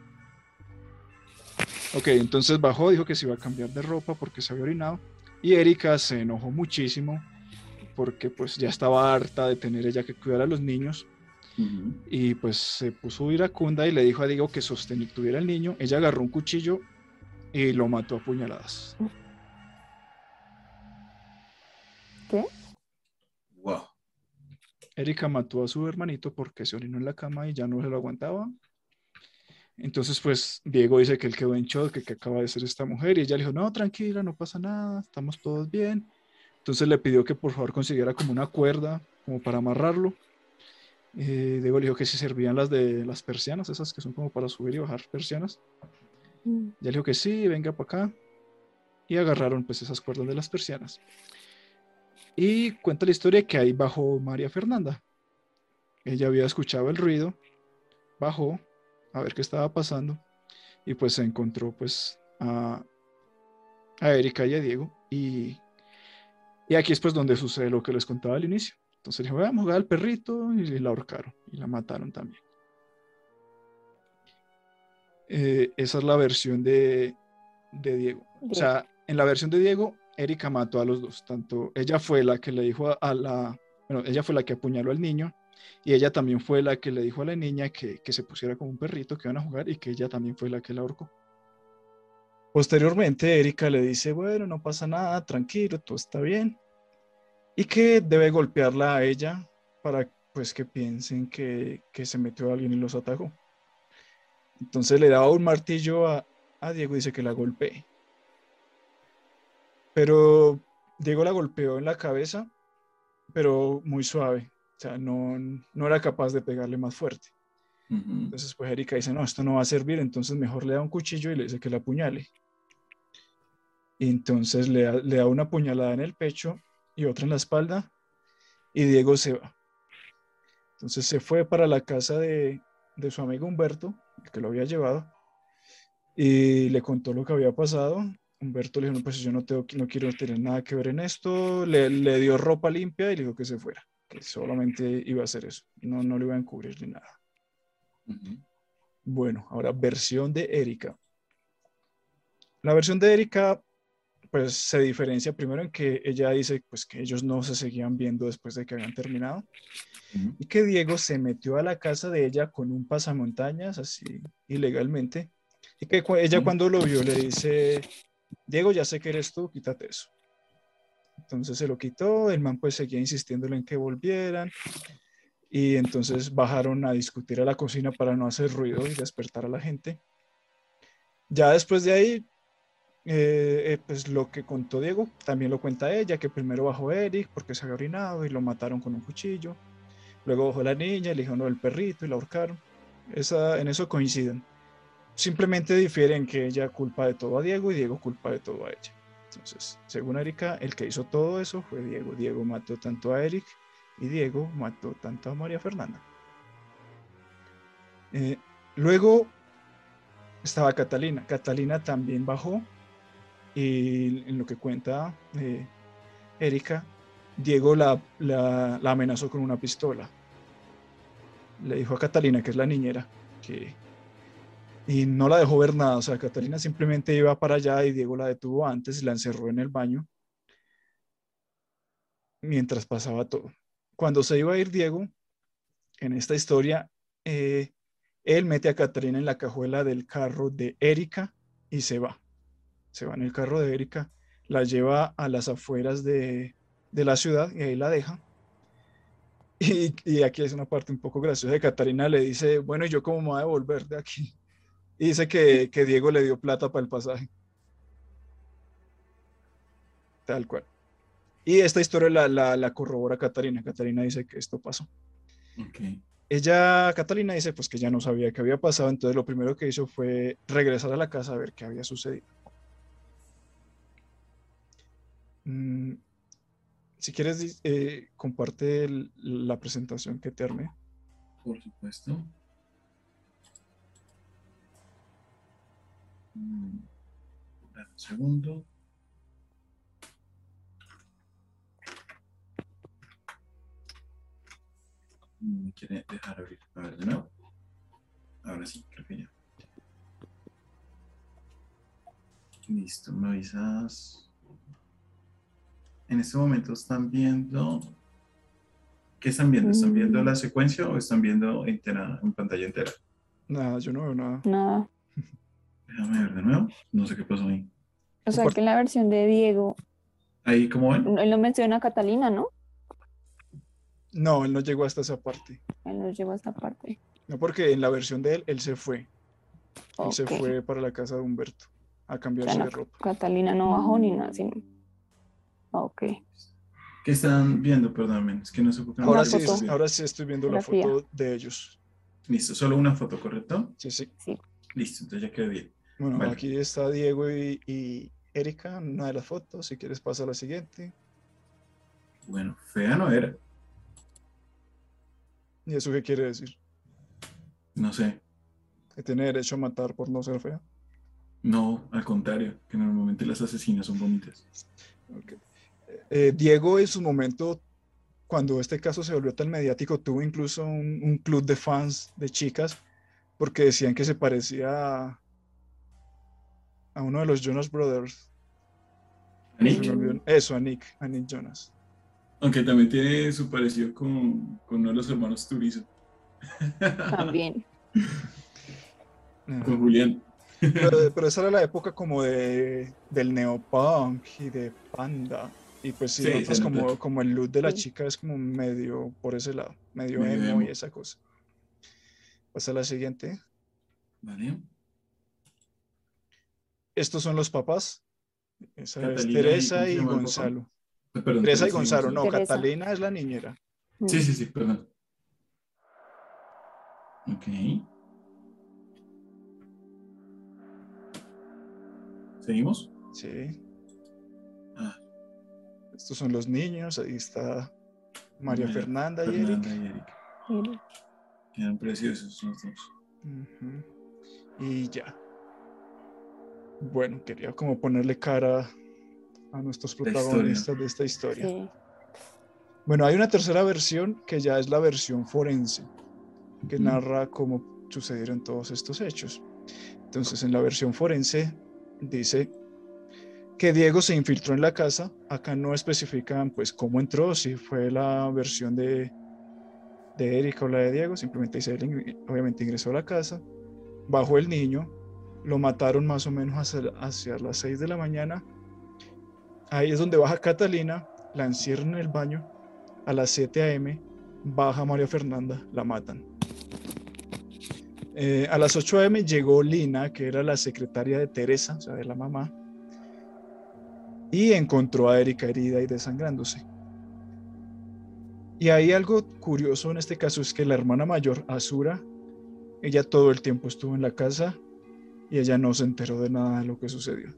Speaker 2: Ok, entonces bajó, dijo que se iba a cambiar de ropa porque se había orinado. Y Erika se enojó muchísimo porque pues ya estaba harta de tener ella que cuidar a los niños. Uh-huh. Y pues se puso iracunda y le dijo a Diego que sosteniera tuviera el niño. Ella agarró un cuchillo y lo mató a puñaladas.
Speaker 3: ¿Qué?
Speaker 1: Wow.
Speaker 2: Erika mató a su hermanito porque se orinó en la cama y ya no se lo aguantaba. Entonces, pues, Diego dice que él quedó en shock, que, que acaba de ser esta mujer, y ella le dijo, no, tranquila, no pasa nada, estamos todos bien. Entonces le pidió que por favor consiguiera como una cuerda, como para amarrarlo. Eh, Diego le dijo que si servían las de las persianas, esas que son como para subir y bajar persianas. Mm. Ella le dijo que sí, venga para acá. Y agarraron pues esas cuerdas de las persianas. Y cuenta la historia que ahí bajó María Fernanda. Ella había escuchado el ruido, bajó a ver qué estaba pasando y pues se encontró pues a, a Erika y a Diego y, y aquí es pues donde sucede lo que les contaba al inicio. Entonces dijo, vamos a jugar al perrito y la ahorcaron y la mataron también. Eh, esa es la versión de, de Diego. O sea, en la versión de Diego, Erika mató a los dos. Tanto ella fue la que le dijo a, a la, bueno, ella fue la que apuñaló al niño y ella también fue la que le dijo a la niña que, que se pusiera como un perrito, que iban a jugar y que ella también fue la que la ahorcó. Posteriormente, Erika le dice, bueno, no pasa nada, tranquilo, todo está bien. Y que debe golpearla a ella para pues que piensen que, que se metió alguien y los atacó. Entonces le daba un martillo a, a Diego y dice que la golpee. Pero Diego la golpeó en la cabeza, pero muy suave. O sea, no, no era capaz de pegarle más fuerte. Uh-huh. Entonces pues Erika dice, no, esto no va a servir, entonces mejor le da un cuchillo y le dice que la apuñale. Y entonces le da, le da una puñalada en el pecho y otra en la espalda y Diego se va. Entonces se fue para la casa de, de su amigo Humberto, el que lo había llevado, y le contó lo que había pasado. Humberto le dijo, no, pues yo no, tengo, no quiero tener nada que ver en esto. Le, le dio ropa limpia y le dijo que se fuera, que solamente iba a hacer eso, no, no le iba a encubrir ni nada. Uh-huh. Bueno, ahora versión de Erika. La versión de Erika pues se diferencia primero en que ella dice pues que ellos no se seguían viendo después de que habían terminado. Uh-huh. Y que Diego se metió a la casa de ella con un pasamontañas así ilegalmente y que ella uh-huh. cuando lo vio le dice, Diego, ya sé que eres tú, quítate eso. Entonces se lo quitó, el man pues seguía insistiéndole en que volvieran y entonces bajaron a discutir a la cocina para no hacer ruido y despertar a la gente. Ya después de ahí, eh, eh, pues lo que contó Diego también lo cuenta ella, que primero bajó Eric porque se había orinado y lo mataron con un cuchillo. Luego bajó la niña, le dijo no, el perrito y la ahorcaron. Esa, en eso coinciden. Simplemente difieren que ella culpa de todo a Diego y Diego culpa de todo a ella. Entonces, según Erika, el que hizo todo eso fue Diego. Diego mató tanto a Eric y Diego mató tanto a María Fernanda. Eh, luego estaba Catalina. Catalina también bajó y en lo que cuenta eh, Erika, Diego la, la, la amenazó con una pistola. Le dijo a Catalina, que es la niñera, que... y no la dejó ver nada. O sea, Catalina simplemente iba para allá y Diego la detuvo antes y la encerró en el baño mientras pasaba todo. Cuando se iba a ir Diego, en esta historia, eh, él mete a Catalina en la cajuela del carro de Erika y se va. Se va en el carro de Erika, la lleva a las afueras de, de la ciudad y ahí la deja. Y, y aquí es una parte un poco graciosa. Catalina le dice, bueno, ¿y yo cómo me voy a devolver de aquí? Y dice que, que Diego le dio plata para el pasaje. Tal cual. Y esta historia la, la, la corrobora Catalina. Catalina dice que esto pasó.
Speaker 1: Ok.
Speaker 2: Ella, Catalina, dice pues que ya no sabía qué había pasado, entonces lo primero que hizo fue regresar a la casa a ver qué había sucedido. Mm, si quieres, eh, comparte el- la presentación que te armé.
Speaker 1: Por supuesto. Mm, dame un segundo. Mm, Me quiere dejar abrir. A ver, de nuevo. Ahora sí, creo que ya. Listo, me avisas. En este momento están viendo. ¿Qué están viendo? ¿Están viendo
Speaker 3: Mm,
Speaker 1: la secuencia o están viendo entera, en pantalla entera?
Speaker 2: Nada, yo no veo nada.
Speaker 3: nada.
Speaker 1: Déjame ver de nuevo. No sé qué pasó ahí.
Speaker 3: O sea que
Speaker 2: Comparte.
Speaker 3: en la versión de Diego,
Speaker 1: Ahí, ¿cómo ven?
Speaker 3: él no menciona a Catalina, ¿no?
Speaker 2: No, él no llegó hasta esa parte.
Speaker 3: Él nos llegó a esta parte.
Speaker 2: No, porque en la versión de él, él se fue. Él se
Speaker 3: Ok.
Speaker 2: fue para la casa de Humberto a
Speaker 3: O sea,
Speaker 2: cambiarse
Speaker 3: no,
Speaker 2: de ropa.
Speaker 3: Catalina no bajó ni nada, sino. Ok.
Speaker 1: ¿Qué están viendo? Perdóname, es que no sé por qué no me
Speaker 3: La
Speaker 2: Ahora
Speaker 1: aparece
Speaker 2: sí,
Speaker 1: que estás
Speaker 3: foto,
Speaker 2: es-
Speaker 1: viendo.
Speaker 2: ahora sí estoy viendo la
Speaker 3: fotografía.
Speaker 2: foto de ellos.
Speaker 1: Listo, solo una foto, ¿correcto?
Speaker 2: Sí, sí.
Speaker 3: Sí.
Speaker 1: Listo, entonces ya quedé bien.
Speaker 2: Bueno,
Speaker 1: Vale.
Speaker 2: aquí está Diego y, y Erika en una de las fotos. Si quieres, pasa a la siguiente.
Speaker 1: Bueno, fea no era.
Speaker 2: ¿Y eso qué quiere decir?
Speaker 1: No sé.
Speaker 2: ¿Que tiene derecho a matar por no ser fea?
Speaker 1: No, al contrario, que normalmente las asesinas son bonitas.
Speaker 2: Ok. Eh, Diego en su momento, cuando este caso se volvió tan mediático, tuvo incluso un, un club de fans de chicas porque decían que se parecía a, a uno de los Jonas Brothers. Se me
Speaker 1: Nick,
Speaker 2: olvidó-
Speaker 3: Mm,
Speaker 2: Eso, a Nick, a Nick Jonas.
Speaker 1: aunque también tiene su parecido con, con uno de los hermanos Turizo.
Speaker 3: también.
Speaker 1: Con
Speaker 2: Ajá.
Speaker 1: Julián.
Speaker 2: Pero, pero esa era la época como de, del neopunk y de Panda. Y pues si
Speaker 1: Sí, se
Speaker 2: notas
Speaker 1: nota.
Speaker 2: como, como el look de la
Speaker 3: Sí.
Speaker 2: chica es como medio por ese lado, medio
Speaker 1: Medio
Speaker 2: emo y
Speaker 1: emo.
Speaker 2: esa cosa. Pasa a la siguiente.
Speaker 1: Vale.
Speaker 2: Estos son los papás. Esa es
Speaker 1: Catalina y ¿cómo
Speaker 2: Teresa
Speaker 1: se
Speaker 2: y
Speaker 1: llama el papá?
Speaker 2: Gonzalo.
Speaker 1: Eh, Perdón,
Speaker 2: Teresa y
Speaker 1: Teresa y
Speaker 2: Gonzalo,
Speaker 1: Gonzalo.
Speaker 2: no,
Speaker 3: Teresa.
Speaker 2: Catalina es la niñera.
Speaker 1: Sí,
Speaker 3: Mm.
Speaker 1: sí, sí, perdón. Ok. ¿Seguimos?
Speaker 2: Sí.
Speaker 1: Ah,
Speaker 2: Estos son los niños. Ahí está María
Speaker 1: María
Speaker 2: Fernanda y Eric.
Speaker 1: Fernanda y Erika.
Speaker 3: Mira.
Speaker 1: Quedan preciosos los dos.
Speaker 2: Ujú. Y ya. Bueno, quería como ponerle cara a nuestros
Speaker 1: La historia.
Speaker 2: protagonistas de esta historia.
Speaker 3: Sí.
Speaker 2: Bueno, hay una tercera versión que ya es la versión forense, que
Speaker 1: Ujú.
Speaker 2: narra cómo sucedieron todos estos hechos. Entonces, en la versión forense dice que Diego se infiltró en la casa. Acá no especifican pues cómo entró, si fue la versión de, de Erika o la de Diego, simplemente dice él obviamente ingresó a la casa, bajó el niño, lo mataron más o menos hacia, hacia las seis de la mañana. Ahí es donde baja Catalina, la encierran en el baño. A las siete a eme baja María Fernanda, la matan. Eh, a las ocho a eme llegó Lina, que era la secretaria de Teresa, o sea, de la mamá, y encontró a Erika herida y desangrándose. Y hay algo curioso en este caso, es que la hermana mayor, Azura, ella todo el tiempo estuvo en la casa y ella no se enteró de nada de lo que sucedió.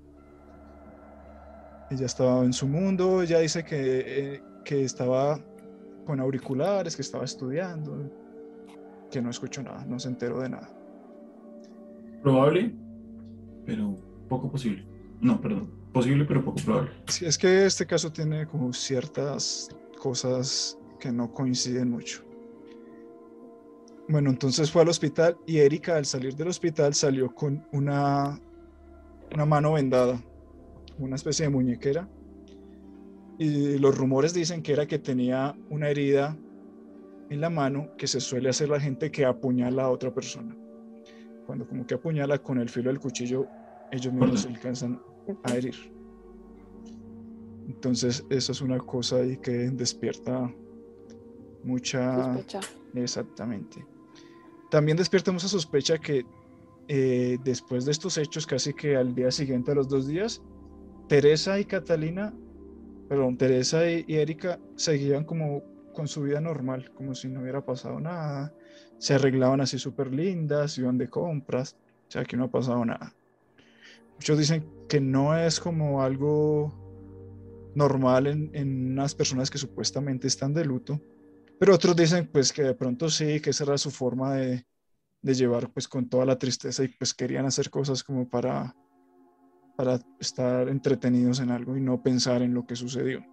Speaker 2: Ella estaba en su mundo, ella dice que, eh, que estaba con auriculares, que estaba estudiando, que no escuchó nada, no se enteró de nada.
Speaker 1: Probable, pero poco posible. No, perdón. Posible, pero poco probable.
Speaker 2: Sí, es que este caso tiene como ciertas cosas que no coinciden mucho. Bueno, entonces fue al hospital y Erika al salir del hospital salió con una, una mano vendada, una especie de muñequera. Y los rumores dicen que era que tenía una herida en la mano que se suele hacer la gente que apuñala a otra persona. Cuando como que apuñala con el filo del cuchillo, ellos mismos se alcanzan a herir. Entonces, eso es una cosa ahí que despierta mucha...
Speaker 3: Sospecha.
Speaker 2: Exactamente. También despierta mucha sospecha que eh, después de estos hechos, casi que al día siguiente, a los dos días, Teresa y Catalina, perdón, Teresa y, y Erika seguían como con su vida normal, como si no hubiera pasado nada. Se arreglaban así súper lindas, iban de compras, o sea, que no ha pasado nada. Muchos dicen que no es como algo normal en, en unas personas que supuestamente están de luto, pero otros dicen pues que de pronto sí, que esa era su forma de, de llevar pues con toda la tristeza y pues querían hacer cosas como para, para estar entretenidos en algo y no pensar en lo que sucedió.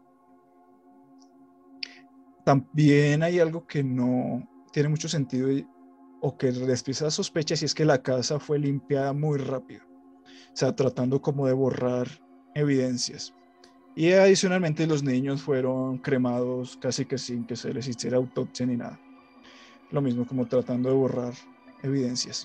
Speaker 2: También hay algo que no tiene mucho sentido y, o que despierta sospechas y es que la casa fue limpiada muy rápido, o sea, tratando como de borrar evidencias. Y adicionalmente los niños fueron cremados casi que sin que se les hiciera autopsia ni nada. Lo mismo como tratando de borrar evidencias.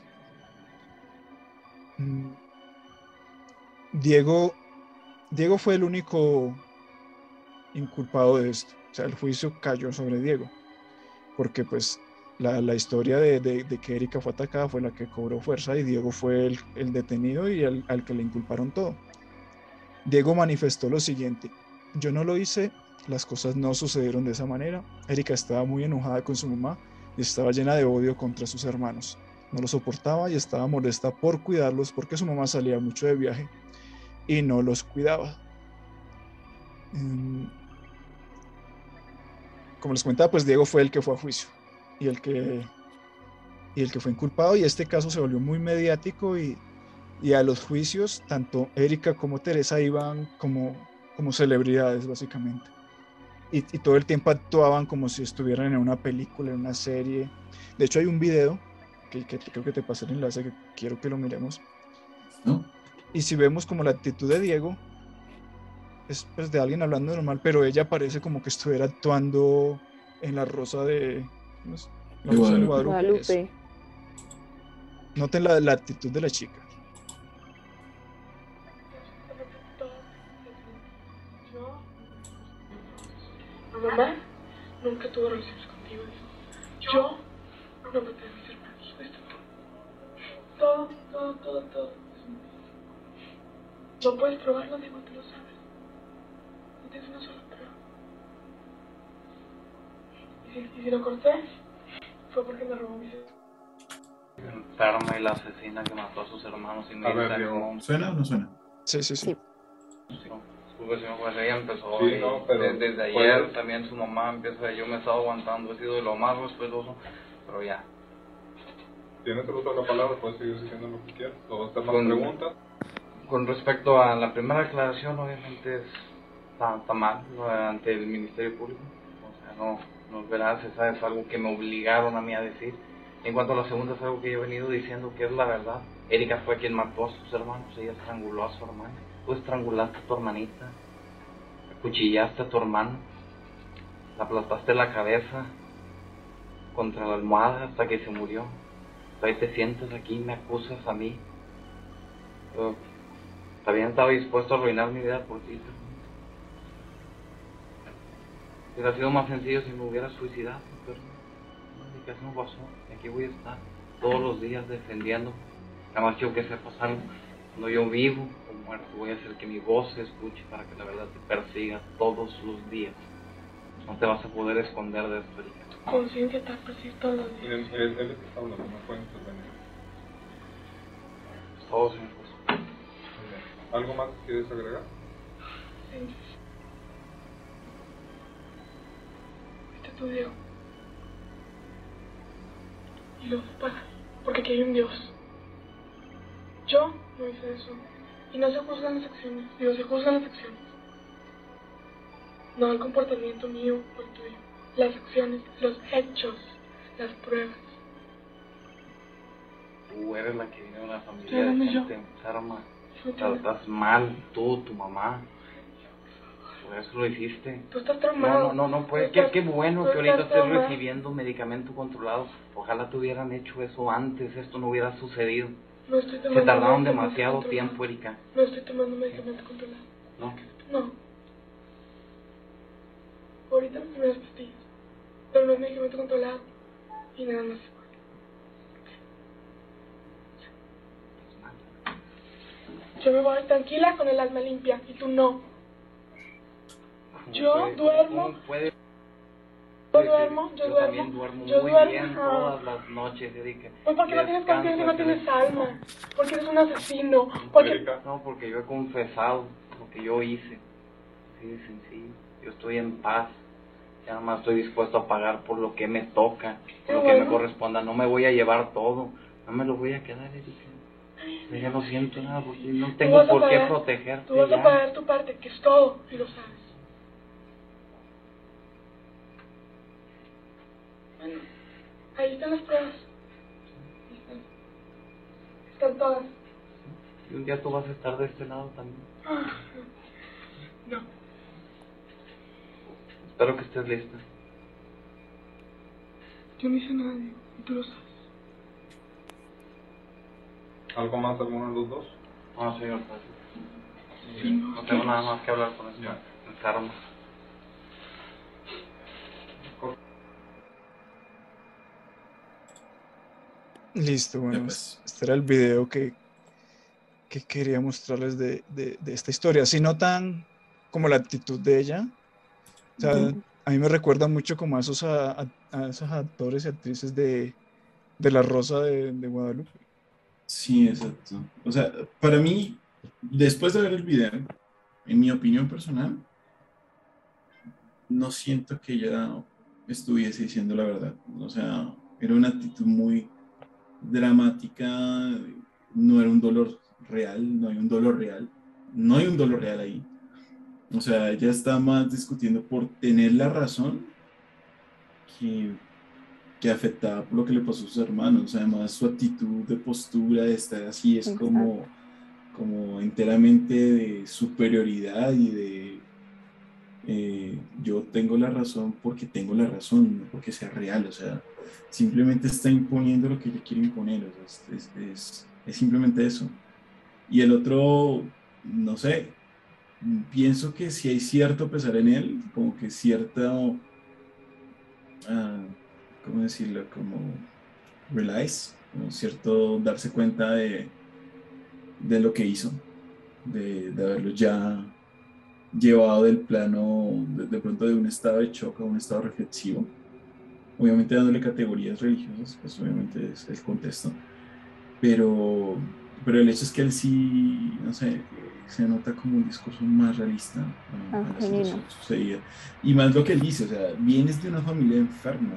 Speaker 2: Diego, Diego fue el único inculpado de esto. O sea, el juicio cayó sobre Diego. Porque pues la, la historia de, de, de que Erika fue atacada fue la que cobró fuerza y Diego fue el, el detenido y el, al que le inculparon todo. Diego manifestó lo siguiente: yo no lo hice, las cosas no sucedieron de esa manera. Erika estaba muy enojada con su mamá y estaba llena de odio contra sus hermanos. No los soportaba y estaba molesta por cuidarlos porque su mamá salía mucho de viaje y no los cuidaba. Como les comentaba, pues Diego fue el que fue a juicio y el que, y el que fue inculpado, y este caso se volvió muy mediático y, y a los juicios tanto Erika como Teresa iban como, como celebridades básicamente. Y, y todo el tiempo actuaban como si estuvieran en una película, en una serie. De hecho hay un video que, que creo que te pasé el enlace, que quiero que lo miremos.
Speaker 1: ¿No?
Speaker 2: Y si vemos como la actitud de Diego, es pues de alguien hablando normal, pero ella parece como que estuviera actuando en La Rosa de... ¿cómo es? La
Speaker 1: De
Speaker 2: Rosa de
Speaker 1: Guadalupe.
Speaker 2: Guadalupe, eso.
Speaker 3: Guadalupe.
Speaker 2: Noten la, la actitud de la chica.
Speaker 4: Yo, mi mamá nunca tuvo relaciones contigo, dijo. Yo no maté a mis hermanos, esto todo, todo, todo, todo. No puedes probarlo, Diego, tú lo sabes. No tienes una sola prueba. Y si, y si lo corté, fue porque me robó mis
Speaker 5: enferma y la asesina que mató a sus hermanos y me
Speaker 1: A ver, Diego, ¿suena o no suena?
Speaker 2: Sí, sí, sí.
Speaker 3: Sí.
Speaker 5: Pues, pues ella empezó
Speaker 6: Sí,
Speaker 5: y
Speaker 6: no, pero
Speaker 5: de- desde
Speaker 6: puede-
Speaker 5: ayer también su mamá empieza, yo me estaba aguantando, he sido de lo más respetuoso, pero ya.
Speaker 6: Tienes el uso de la palabra, puedes seguir diciendo lo que quieras. O hacer más
Speaker 5: Con-
Speaker 6: preguntas.
Speaker 5: Con respecto a la primera aclaración, obviamente es, está, está mal, ¿no? Ante el Ministerio Público, o sea, no, no es veraz, esa es algo que me obligaron a mí a decir. En cuanto a la segunda, es algo que yo he venido diciendo que es la verdad. Erika fue quien mató a sus hermanos, ella estranguló a su hermana. Tú estrangulaste a tu hermanita, acuchillaste a tu hermano, la aplastaste la cabeza contra la almohada hasta que se murió. Ahí te sientas aquí y me acusas a mí. Yo también estaba dispuesto a arruinar mi vida por ti. Hubiera sido más sencillo si me hubiera suicidado, pero no, mi caso no pasó. Aquí voy a estar todos los días defendiendo. Nada más quiero que sepas algo. Cuando yo vivo o muerto, voy a hacer que mi voz se escuche para que la verdad te persiga todos los días. No te vas a poder esconder de esto, Erika.
Speaker 4: conciencia te persigue todos los días.
Speaker 6: Él, él, él está hablando, no puede intervenir.
Speaker 5: Todos, señor juez.
Speaker 6: Muy bien. ¿Algo más que quieres agregar?
Speaker 4: Sí. Fuiste tú, Diego. Y lo paga, porque aquí hay un Dios. Yo no hice eso. Y no se juzgan las acciones, Dios, se juzgan las acciones. No el comportamiento mío o el tuyo. Las acciones, los hechos, las pruebas.
Speaker 5: Tú eres la que viene de una familia
Speaker 4: Estoy
Speaker 5: de
Speaker 4: hablando yo.
Speaker 5: gente enferma.
Speaker 4: ¿Me entiendes?
Speaker 5: Estás mal, tú, tu mamá. Por eso lo hiciste.
Speaker 4: Tú estás
Speaker 5: No,
Speaker 4: traumado.
Speaker 5: no, no, no puede.
Speaker 4: Tú
Speaker 5: Qué,
Speaker 4: estás-
Speaker 5: qué bueno
Speaker 4: tú
Speaker 5: que ahorita
Speaker 4: estás
Speaker 5: estés
Speaker 4: traumado.
Speaker 5: recibiendo medicamento controlado. Ojalá te hubieran hecho eso antes, esto no hubiera sucedido.
Speaker 4: No estoy
Speaker 5: Se
Speaker 4: tomando
Speaker 5: tardaron
Speaker 4: medicamento
Speaker 5: demasiado
Speaker 4: controlado.
Speaker 5: tiempo, Erika.
Speaker 4: No estoy tomando medicamento controlado.
Speaker 5: No.
Speaker 4: No. Ahorita me tomé las pastillas. Pero no es medicamento controlado. Y nada más. Yo me voy tranquila con el alma limpia. Y tú no.
Speaker 5: ¿Cómo
Speaker 4: Yo
Speaker 5: puede-
Speaker 4: duermo.
Speaker 5: ¿Cómo puede?
Speaker 4: Yo duermo, yo,
Speaker 5: yo
Speaker 4: duermo.
Speaker 5: también duermo
Speaker 4: yo
Speaker 5: muy
Speaker 4: duermo,
Speaker 5: bien
Speaker 4: ajá.
Speaker 5: todas las noches, Erika.
Speaker 4: Pues porque no tienes conciencia y no tienes
Speaker 5: Descansa,
Speaker 4: alma. Porque eres un asesino. Porque...
Speaker 6: Erika,
Speaker 5: No, porque yo he confesado lo que yo hice. Así de sencillo. Yo estoy en paz. Ya nada más estoy dispuesto a pagar por lo que me toca, por
Speaker 4: Qué
Speaker 5: lo que me
Speaker 4: bueno.
Speaker 5: corresponda. No me voy a llevar todo. No me lo voy a quedar, Erika. Yo ya no siento nada porque no
Speaker 4: Tú
Speaker 5: tengo
Speaker 4: vas a
Speaker 5: por qué
Speaker 4: pagar-
Speaker 5: protegerte.
Speaker 4: Tú vas a
Speaker 5: ya.
Speaker 4: pagar tu parte, que es todo, y lo sabes. Bueno, ahí están las pruebas. Ahí están. Están todas.
Speaker 5: Y un día tú vas a estar de este lado también.
Speaker 4: Ah, no.
Speaker 5: Espero que estés lista.
Speaker 4: Yo no hice nada, Diego, y tú lo sabes.
Speaker 6: ¿algo más alguno de los dos?
Speaker 5: No, señor.
Speaker 4: Sí,
Speaker 5: No tengo nada más que hablar con esto. Enfermo.
Speaker 2: Listo,
Speaker 1: Ya,
Speaker 2: bueno,
Speaker 1: pues.
Speaker 2: este era el video que, que quería mostrarles de, de, de esta historia, así no tan como la actitud de ella. O sea,
Speaker 1: Ujú.
Speaker 2: a mí me recuerda mucho como a esos, a, a- a esos actores y actrices de, de La Rosa de, de Guadalupe.
Speaker 1: Sí, exacto. O sea, para mí, después de ver el video, en mi opinión personal, no siento que ella estuviese diciendo la verdad. O sea, era una actitud muy dramática, no era un dolor real, no hay un dolor real, no hay un dolor real ahí. O sea, ella está más discutiendo por tener la razón que, que afectada por lo que le pasó a sus hermanos. Además, su actitud de postura de estar así es
Speaker 3: Exacto.
Speaker 1: como, como enteramente de superioridad y de eh, yo tengo la razón porque tengo la razón, no porque sea real. O sea, simplemente está imponiendo lo que ella quiere imponer. O sea, es, es, es, es simplemente eso. Y el otro, no sé, pienso que si hay cierto pesar en él, como que cierta, ah, ¿cómo decirlo? Como realize, como cierto darse cuenta de, de lo que hizo, de, de haberlo ya llevado del plano, de, de pronto de un estado de shock a un estado reflexivo, obviamente dándole categorías religiosas, pues obviamente es el contexto, pero, pero el hecho es que él sí, no sé, se nota como un discurso más realista a,
Speaker 3: Ah,
Speaker 1: a la
Speaker 3: genuino.
Speaker 1: situación sucedida. Y más lo que él dice, o sea, vienes de una familia enferma,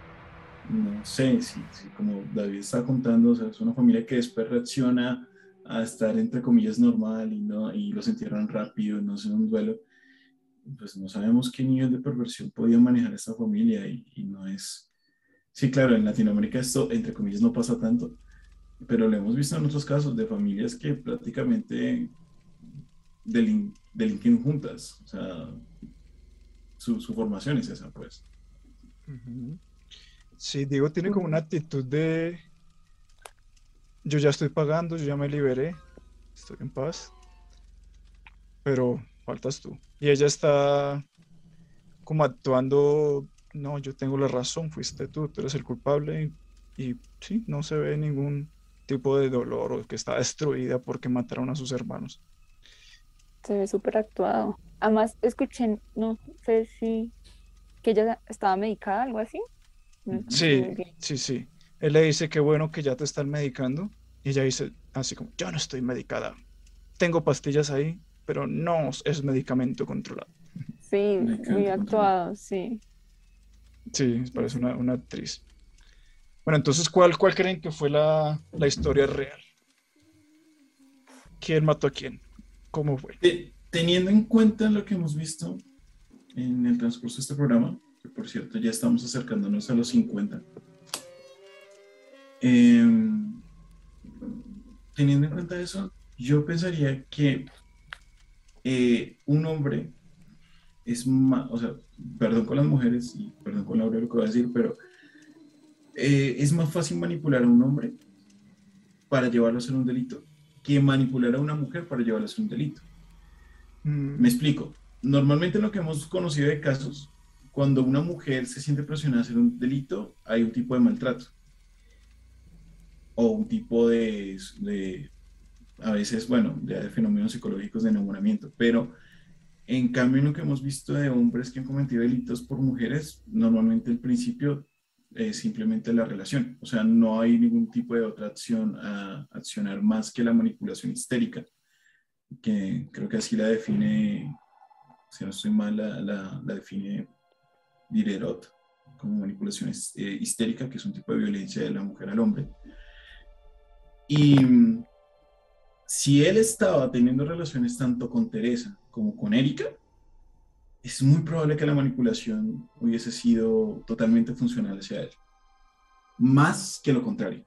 Speaker 1: no sé, si, si como David está contando, o sea, es una familia que después reacciona a estar entre comillas normal y, no, y los entierran rápido, no sé, un duelo, pues no sabemos qué nivel de perversión podía manejar esta familia y, y no es... Sí, claro, en Latinoamérica esto, entre comillas, no pasa tanto, pero lo hemos visto en otros casos de familias que prácticamente delin delinquen juntas, o sea, su, su formación es esa, pues.
Speaker 2: Ujú. Sí, Diego tiene como una
Speaker 3: Mm.
Speaker 2: actitud de yo ya estoy pagando, yo ya me liberé, estoy en paz, pero faltas tú. Y ella está como actuando, no, yo tengo la razón, fuiste tú, tú eres el culpable. Y, y sí, no se ve ningún tipo de dolor o que está destruida porque mataron a sus hermanos.
Speaker 3: Se ve súper actuado. Además, escuché, no sé si que ella estaba medicada, algo así. No
Speaker 1: Ujú.
Speaker 3: escuché muy
Speaker 2: Sí,
Speaker 3: bien.
Speaker 2: sí, sí. Él le dice que bueno que ya te están medicando. Y ella dice así como, yo no estoy medicada. Tengo pastillas ahí, pero no es medicamento controlado.
Speaker 3: Sí,
Speaker 1: Me
Speaker 3: muy
Speaker 1: encanta controlar.
Speaker 3: actuado, sí.
Speaker 2: Sí,
Speaker 3: Sí,
Speaker 2: parece
Speaker 3: sí.
Speaker 2: una, una actriz. Bueno, entonces, ¿cuál, cuál creen que fue la, la historia real? ¿Quién mató a quién? ¿Cómo fue?
Speaker 1: Te- teniendo en cuenta lo que hemos visto en el transcurso de este programa, que por cierto ya estamos acercándonos a los cincuenta, eh, teniendo en cuenta eso, yo pensaría que eh, un hombre es más, o sea, perdón con las mujeres y perdón con Laura lo que voy a decir, pero eh, es más fácil manipular a un hombre para llevarlo a hacer un delito que manipular a una mujer para llevarlo a hacer un delito. Me
Speaker 2: Mm,
Speaker 1: explico. Normalmente lo que hemos conocido de casos, cuando una mujer se siente presionada a hacer un delito, hay un tipo de maltrato o un tipo de, de a veces, bueno, ya de fenómenos psicológicos de enamoramiento, pero En cambio, en lo que hemos visto de hombres que han cometido delitos por mujeres, normalmente el principio es simplemente la relación. O sea, no hay ningún tipo de otra acción a accionar más que la manipulación histérica, que creo que así la define, si no estoy mal, la, la, la define Diderot como manipulación eh, histérica, que es un tipo de violencia de la mujer al hombre. Y si él estaba teniendo relaciones tanto con Teresa como con Erika, es muy probable que la manipulación hubiese sido totalmente funcional hacia él, más que lo contrario.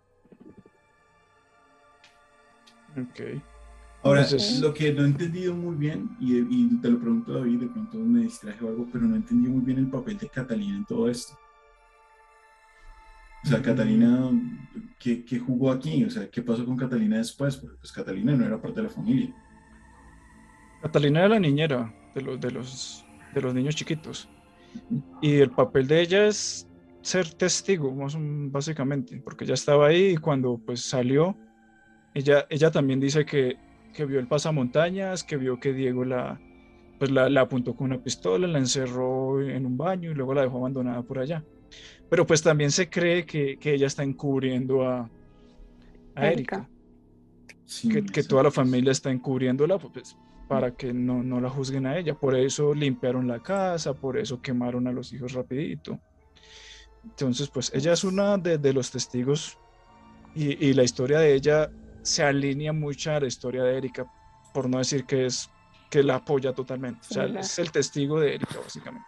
Speaker 2: Ok.
Speaker 1: Ahora,
Speaker 2: Entonces,
Speaker 1: lo que no he entendido muy bien, y, y te lo pregunto David, de pronto me distraje o algo, pero no entendí muy bien el papel de Catalina en todo esto. O sea, Catalina, ¿qué, qué jugó aquí? O sea, ¿qué pasó con Catalina después? Porque pues Catalina no era parte de la familia.
Speaker 2: Catalina era la niñera de los, de los, de los niños chiquitos. Y el papel de ella es ser testigo, más o- básicamente, porque ella estaba ahí y cuando pues salió, ella, ella también dice que, que vio el pasamontañas, que vio que Diego la, pues la, la apuntó con una pistola, la encerró en un baño y luego la dejó abandonada por allá. Pero pues también se cree que, que ella está encubriendo a, a
Speaker 3: Erika.
Speaker 2: Erika,
Speaker 1: Sí,
Speaker 2: que, que toda la
Speaker 1: exacto.
Speaker 2: familia está encubriéndola pues, para que no, no la juzguen a ella. Por eso limpiaron la casa, por eso quemaron a los hijos rapidito. Entonces, pues ella es una de, de los testigos y, y la historia de ella se alinea mucho a la historia de Erika, por no decir que es que la apoya totalmente. O sea,
Speaker 3: Similar.
Speaker 2: es el testigo de Erika, básicamente.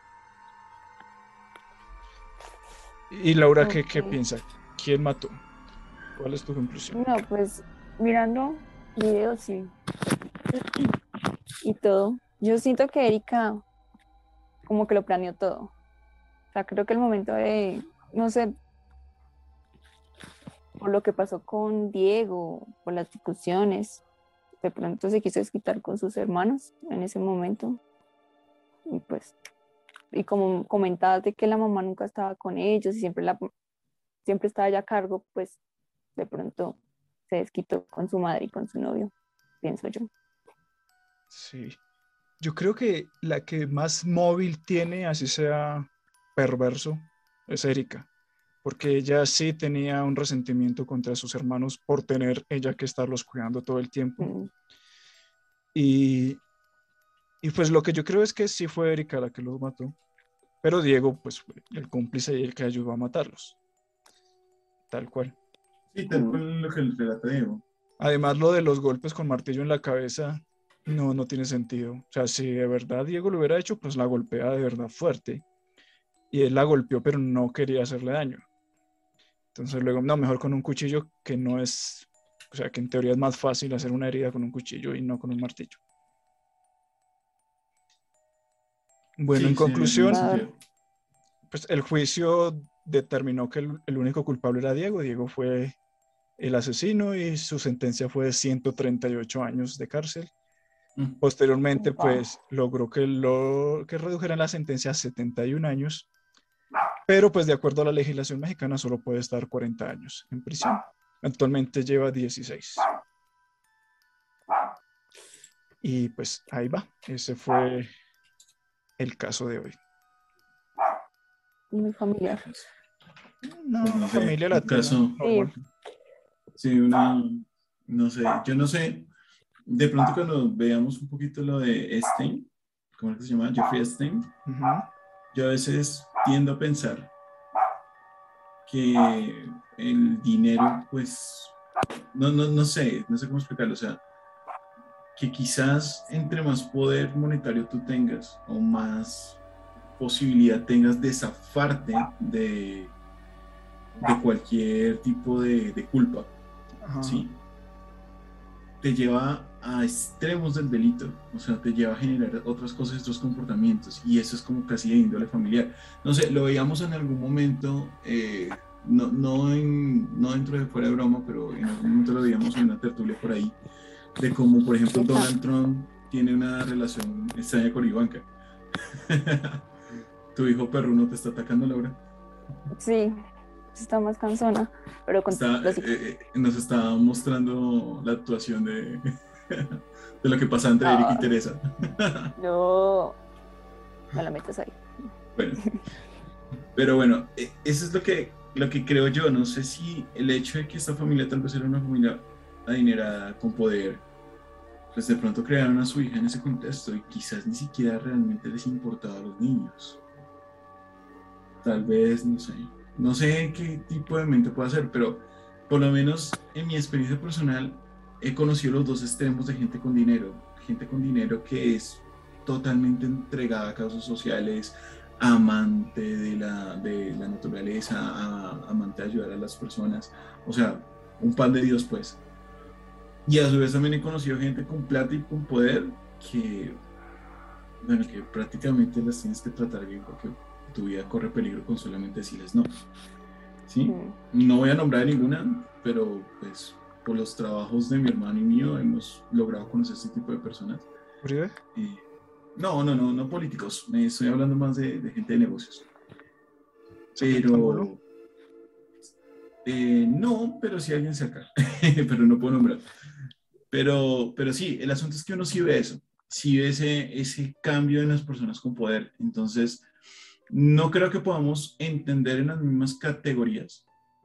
Speaker 2: Y Laura, ¿qué, qué
Speaker 3: Ok.
Speaker 2: piensa? ¿Quién mató? ¿Cuál es tu conclusión?
Speaker 3: No, pues mirando videos y, y todo, yo siento que Erika como que lo planeó todo. O sea, creo que el momento de, no sé, por lo que pasó con Diego, por las discusiones, de pronto se quiso desquitar con sus hermanos en ese momento. Y pues, y como comentabas de que la mamá nunca estaba con ellos y siempre, la, siempre estaba ya a cargo, pues de pronto se desquitó con su madre y con su novio, pienso yo.
Speaker 2: Sí. Yo creo que la que más móvil tiene, así sea perverso, es Erika, porque ella sí tenía un resentimiento contra sus hermanos por tener ella que estarlos cuidando todo el tiempo.
Speaker 3: Mm,
Speaker 2: Y, y pues lo que yo creo es que sí fue Erika la que los mató, pero Diego pues fue el cómplice y el que ayudó a matarlos, tal cual.
Speaker 1: Sí, tal
Speaker 3: mm.
Speaker 1: cual lo que el relata Diego.
Speaker 2: Además lo de los golpes con martillo en la cabeza no, no tiene sentido. O sea, si de verdad Diego lo hubiera hecho, pues la golpea de verdad fuerte. Y él la golpeó, pero no quería hacerle daño. Entonces luego, no, mejor con un cuchillo que no es, o sea, que en teoría es más fácil hacer una herida con un cuchillo y no con un martillo. Bueno, en
Speaker 1: Sí, sí, tiene más
Speaker 2: conclusión,
Speaker 3: Claro.
Speaker 1: sentido.
Speaker 2: pues el juicio determinó que el, el único culpable era Diego. Diego fue el asesino y su sentencia fue de ciento treinta y ocho años de cárcel.
Speaker 1: Mm.
Speaker 2: Posteriormente,
Speaker 3: Wow.
Speaker 2: pues logró que, lo, que redujeran la sentencia a setenta y un años, pero pues de acuerdo a la legislación mexicana solo puede estar cuarenta años en prisión. Actualmente lleva dieciséis. Y pues ahí va, ese fue el caso de hoy.
Speaker 3: Muy familiar.
Speaker 2: No,
Speaker 1: Pues
Speaker 2: una
Speaker 1: no sé,
Speaker 2: familia
Speaker 1: un
Speaker 2: latina,
Speaker 1: caso,
Speaker 2: normal.
Speaker 1: sí, una, no sé, yo no sé, de pronto cuando veamos un poquito lo de Epstein, ¿cómo es que se llama? Jeffrey Epstein,
Speaker 2: Ujú.
Speaker 1: yo a veces tiendo a pensar que el dinero, pues, no, no, no sé, no sé cómo explicarlo, o sea, que quizás entre más poder monetario tú tengas o más posibilidad tengas de zafarte de, de cualquier tipo de, de culpa,
Speaker 2: Ajá.
Speaker 1: ¿sí? Te lleva a extremos del delito, o sea, te lleva a generar otras cosas, otros comportamientos, y eso es como casi de índole familiar. No sé, lo veíamos en algún momento, eh, no, no, en, no dentro de fuera de broma, pero en algún momento lo veíamos en una tertulia por ahí, de cómo, por ejemplo, Donald Trump tiene una relación extraña con Ivanka. Tu hijo perruno te está atacando, Laura.
Speaker 3: Sí, está más cansona, pero con
Speaker 1: Está,
Speaker 3: los
Speaker 1: eh, eh, nos está mostrando la actuación de, de lo que pasa entre
Speaker 3: No.
Speaker 1: Eric y Teresa.
Speaker 3: No, no la metas ahí.
Speaker 1: Bueno, pero bueno, eh, eso es lo que, lo que creo yo. No sé si el hecho de que esta familia tal vez era una familia adinerada, con poder, pues de pronto crearon a su hija en ese contexto y quizás ni siquiera realmente les importaba a los niños. Tal vez, no sé, no sé qué tipo de mente puede ser, pero por lo menos en mi experiencia personal he conocido los dos extremos de gente con dinero. Gente con dinero que es totalmente entregada a causas sociales, amante de la, de la naturaleza, a, amante de ayudar a las personas, o sea, un pan de Dios pues. Y a su vez también he conocido gente con plata y con poder que, bueno, que prácticamente las tienes que tratar bien porque tu vida corre peligro con solamente decirles no. ¿Sí?
Speaker 3: Mm.
Speaker 1: No voy a nombrar ninguna, pero pues por los trabajos de mi hermano y mío hemos logrado conocer este tipo de personas.
Speaker 2: ¿Uribe?
Speaker 1: Eh, no, no, no, no políticos, me estoy hablando más de, de gente de negocios. Pero eh, no, pero sí alguien cerca, pero no puedo nombrar. Pero, pero sí, el asunto es que uno sí ve eso, sí ve ese, ese cambio en las personas con poder. Entonces, no creo que podamos entender en las mismas categorías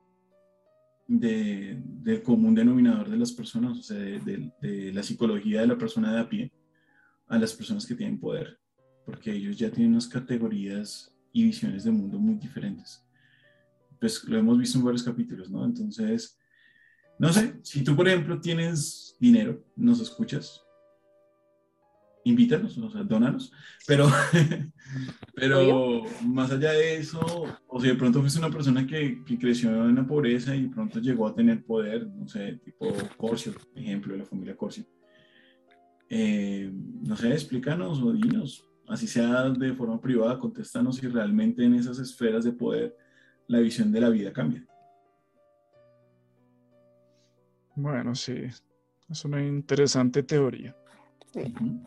Speaker 1: de, del común denominador de las personas, o sea, de, de, de la psicología de la persona de a pie, a las personas que tienen poder, porque ellos ya tienen unas categorías y visiones de mundo muy diferentes. Pues lo hemos visto en varios capítulos, ¿no? Entonces, no sé, si tú, por ejemplo, tienes dinero, nos escuchas, invítanos, o sea, dónanos, pero, pero más allá de eso, o si de pronto fuiste una persona que, que creció en la pobreza y de pronto llegó a tener poder, no sé, tipo Corcio, ejemplo de la familia Corcio, eh, no sé, explícanos o dinos, así sea de forma privada, contéstanos si realmente en esas esferas de poder la visión de la vida cambia.
Speaker 2: Bueno, sí, es una interesante teoría.
Speaker 3: Sí.
Speaker 1: Uh-huh.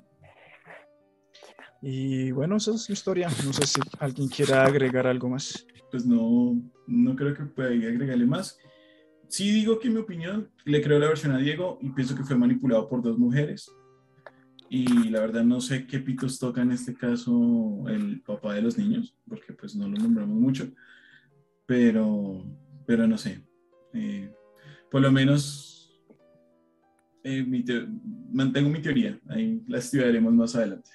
Speaker 2: Y bueno, esa es mi historia. No sé si alguien quiera agregar algo más.
Speaker 1: Pues no, no creo que pueda agregarle más. Sí digo que en mi opinión le creo la versión a Diego y pienso que fue manipulado por dos mujeres. Y la verdad no sé qué pitos toca en este caso el papá de los niños, porque pues no lo nombramos mucho, pero, pero no sé. Eh, por lo menos eh, mi te- mantengo mi teoría, ahí la estudiaremos más adelante.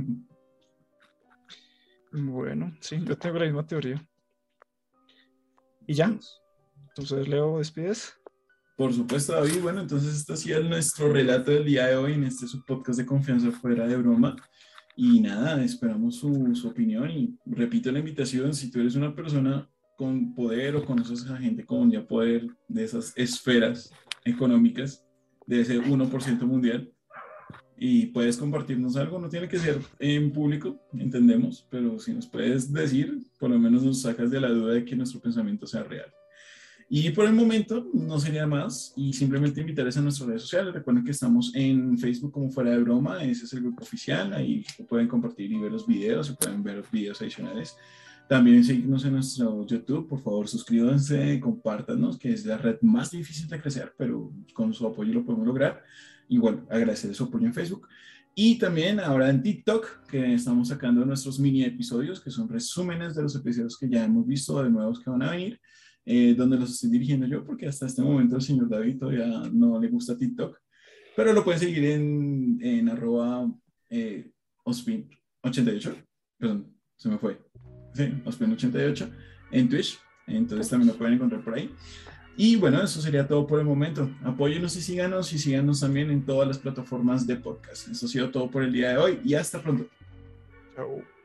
Speaker 2: Bueno, sí, yo tengo la misma teoría. ¿Y ya? Entonces, Leo, ¿despides?
Speaker 1: Por supuesto, David. Bueno, entonces este ha sido nuestro relato del día de hoy en este su podcast de confianza fuera de broma. Y nada, esperamos su, su opinión y repito la invitación, si tú eres una persona con poder o conoces a gente con ya poder de esas esferas económicas, de ese uno por ciento mundial, y puedes compartirnos algo, no tiene que ser en público, entendemos, pero si nos puedes decir, por lo menos nos sacas de la duda de que nuestro pensamiento sea real. Y por el momento no sería más y simplemente invitarles a nuestras redes sociales. Recuerden que estamos en Facebook como Fuera de Broma, ese es el grupo oficial, ahí pueden compartir y ver los videos, y pueden ver videos adicionales. También seguirnos en nuestro YouTube, por favor suscríbanse, compártanos, que es la red más difícil de crecer, pero con su apoyo lo podemos lograr. Igual agradecer su apoyo en Facebook. Y también ahora en TikTok, que estamos sacando nuestros mini episodios, que son resúmenes de los episodios que ya hemos visto, de nuevos que van a venir. Eh, donde los estoy dirigiendo yo, porque hasta este momento el señor David todavía no le gusta TikTok, pero lo pueden seguir en, en arroba eh, ospin ochenta y ocho, perdón, se me fue, sí, ospin ochenta y ocho, en Twitch, entonces también lo pueden encontrar por ahí. Y bueno, eso sería todo por el momento. Apóyenos y síganos, y síganos también en todas las plataformas de podcast. Eso ha sido todo por el día de hoy, y hasta pronto.
Speaker 2: Chao.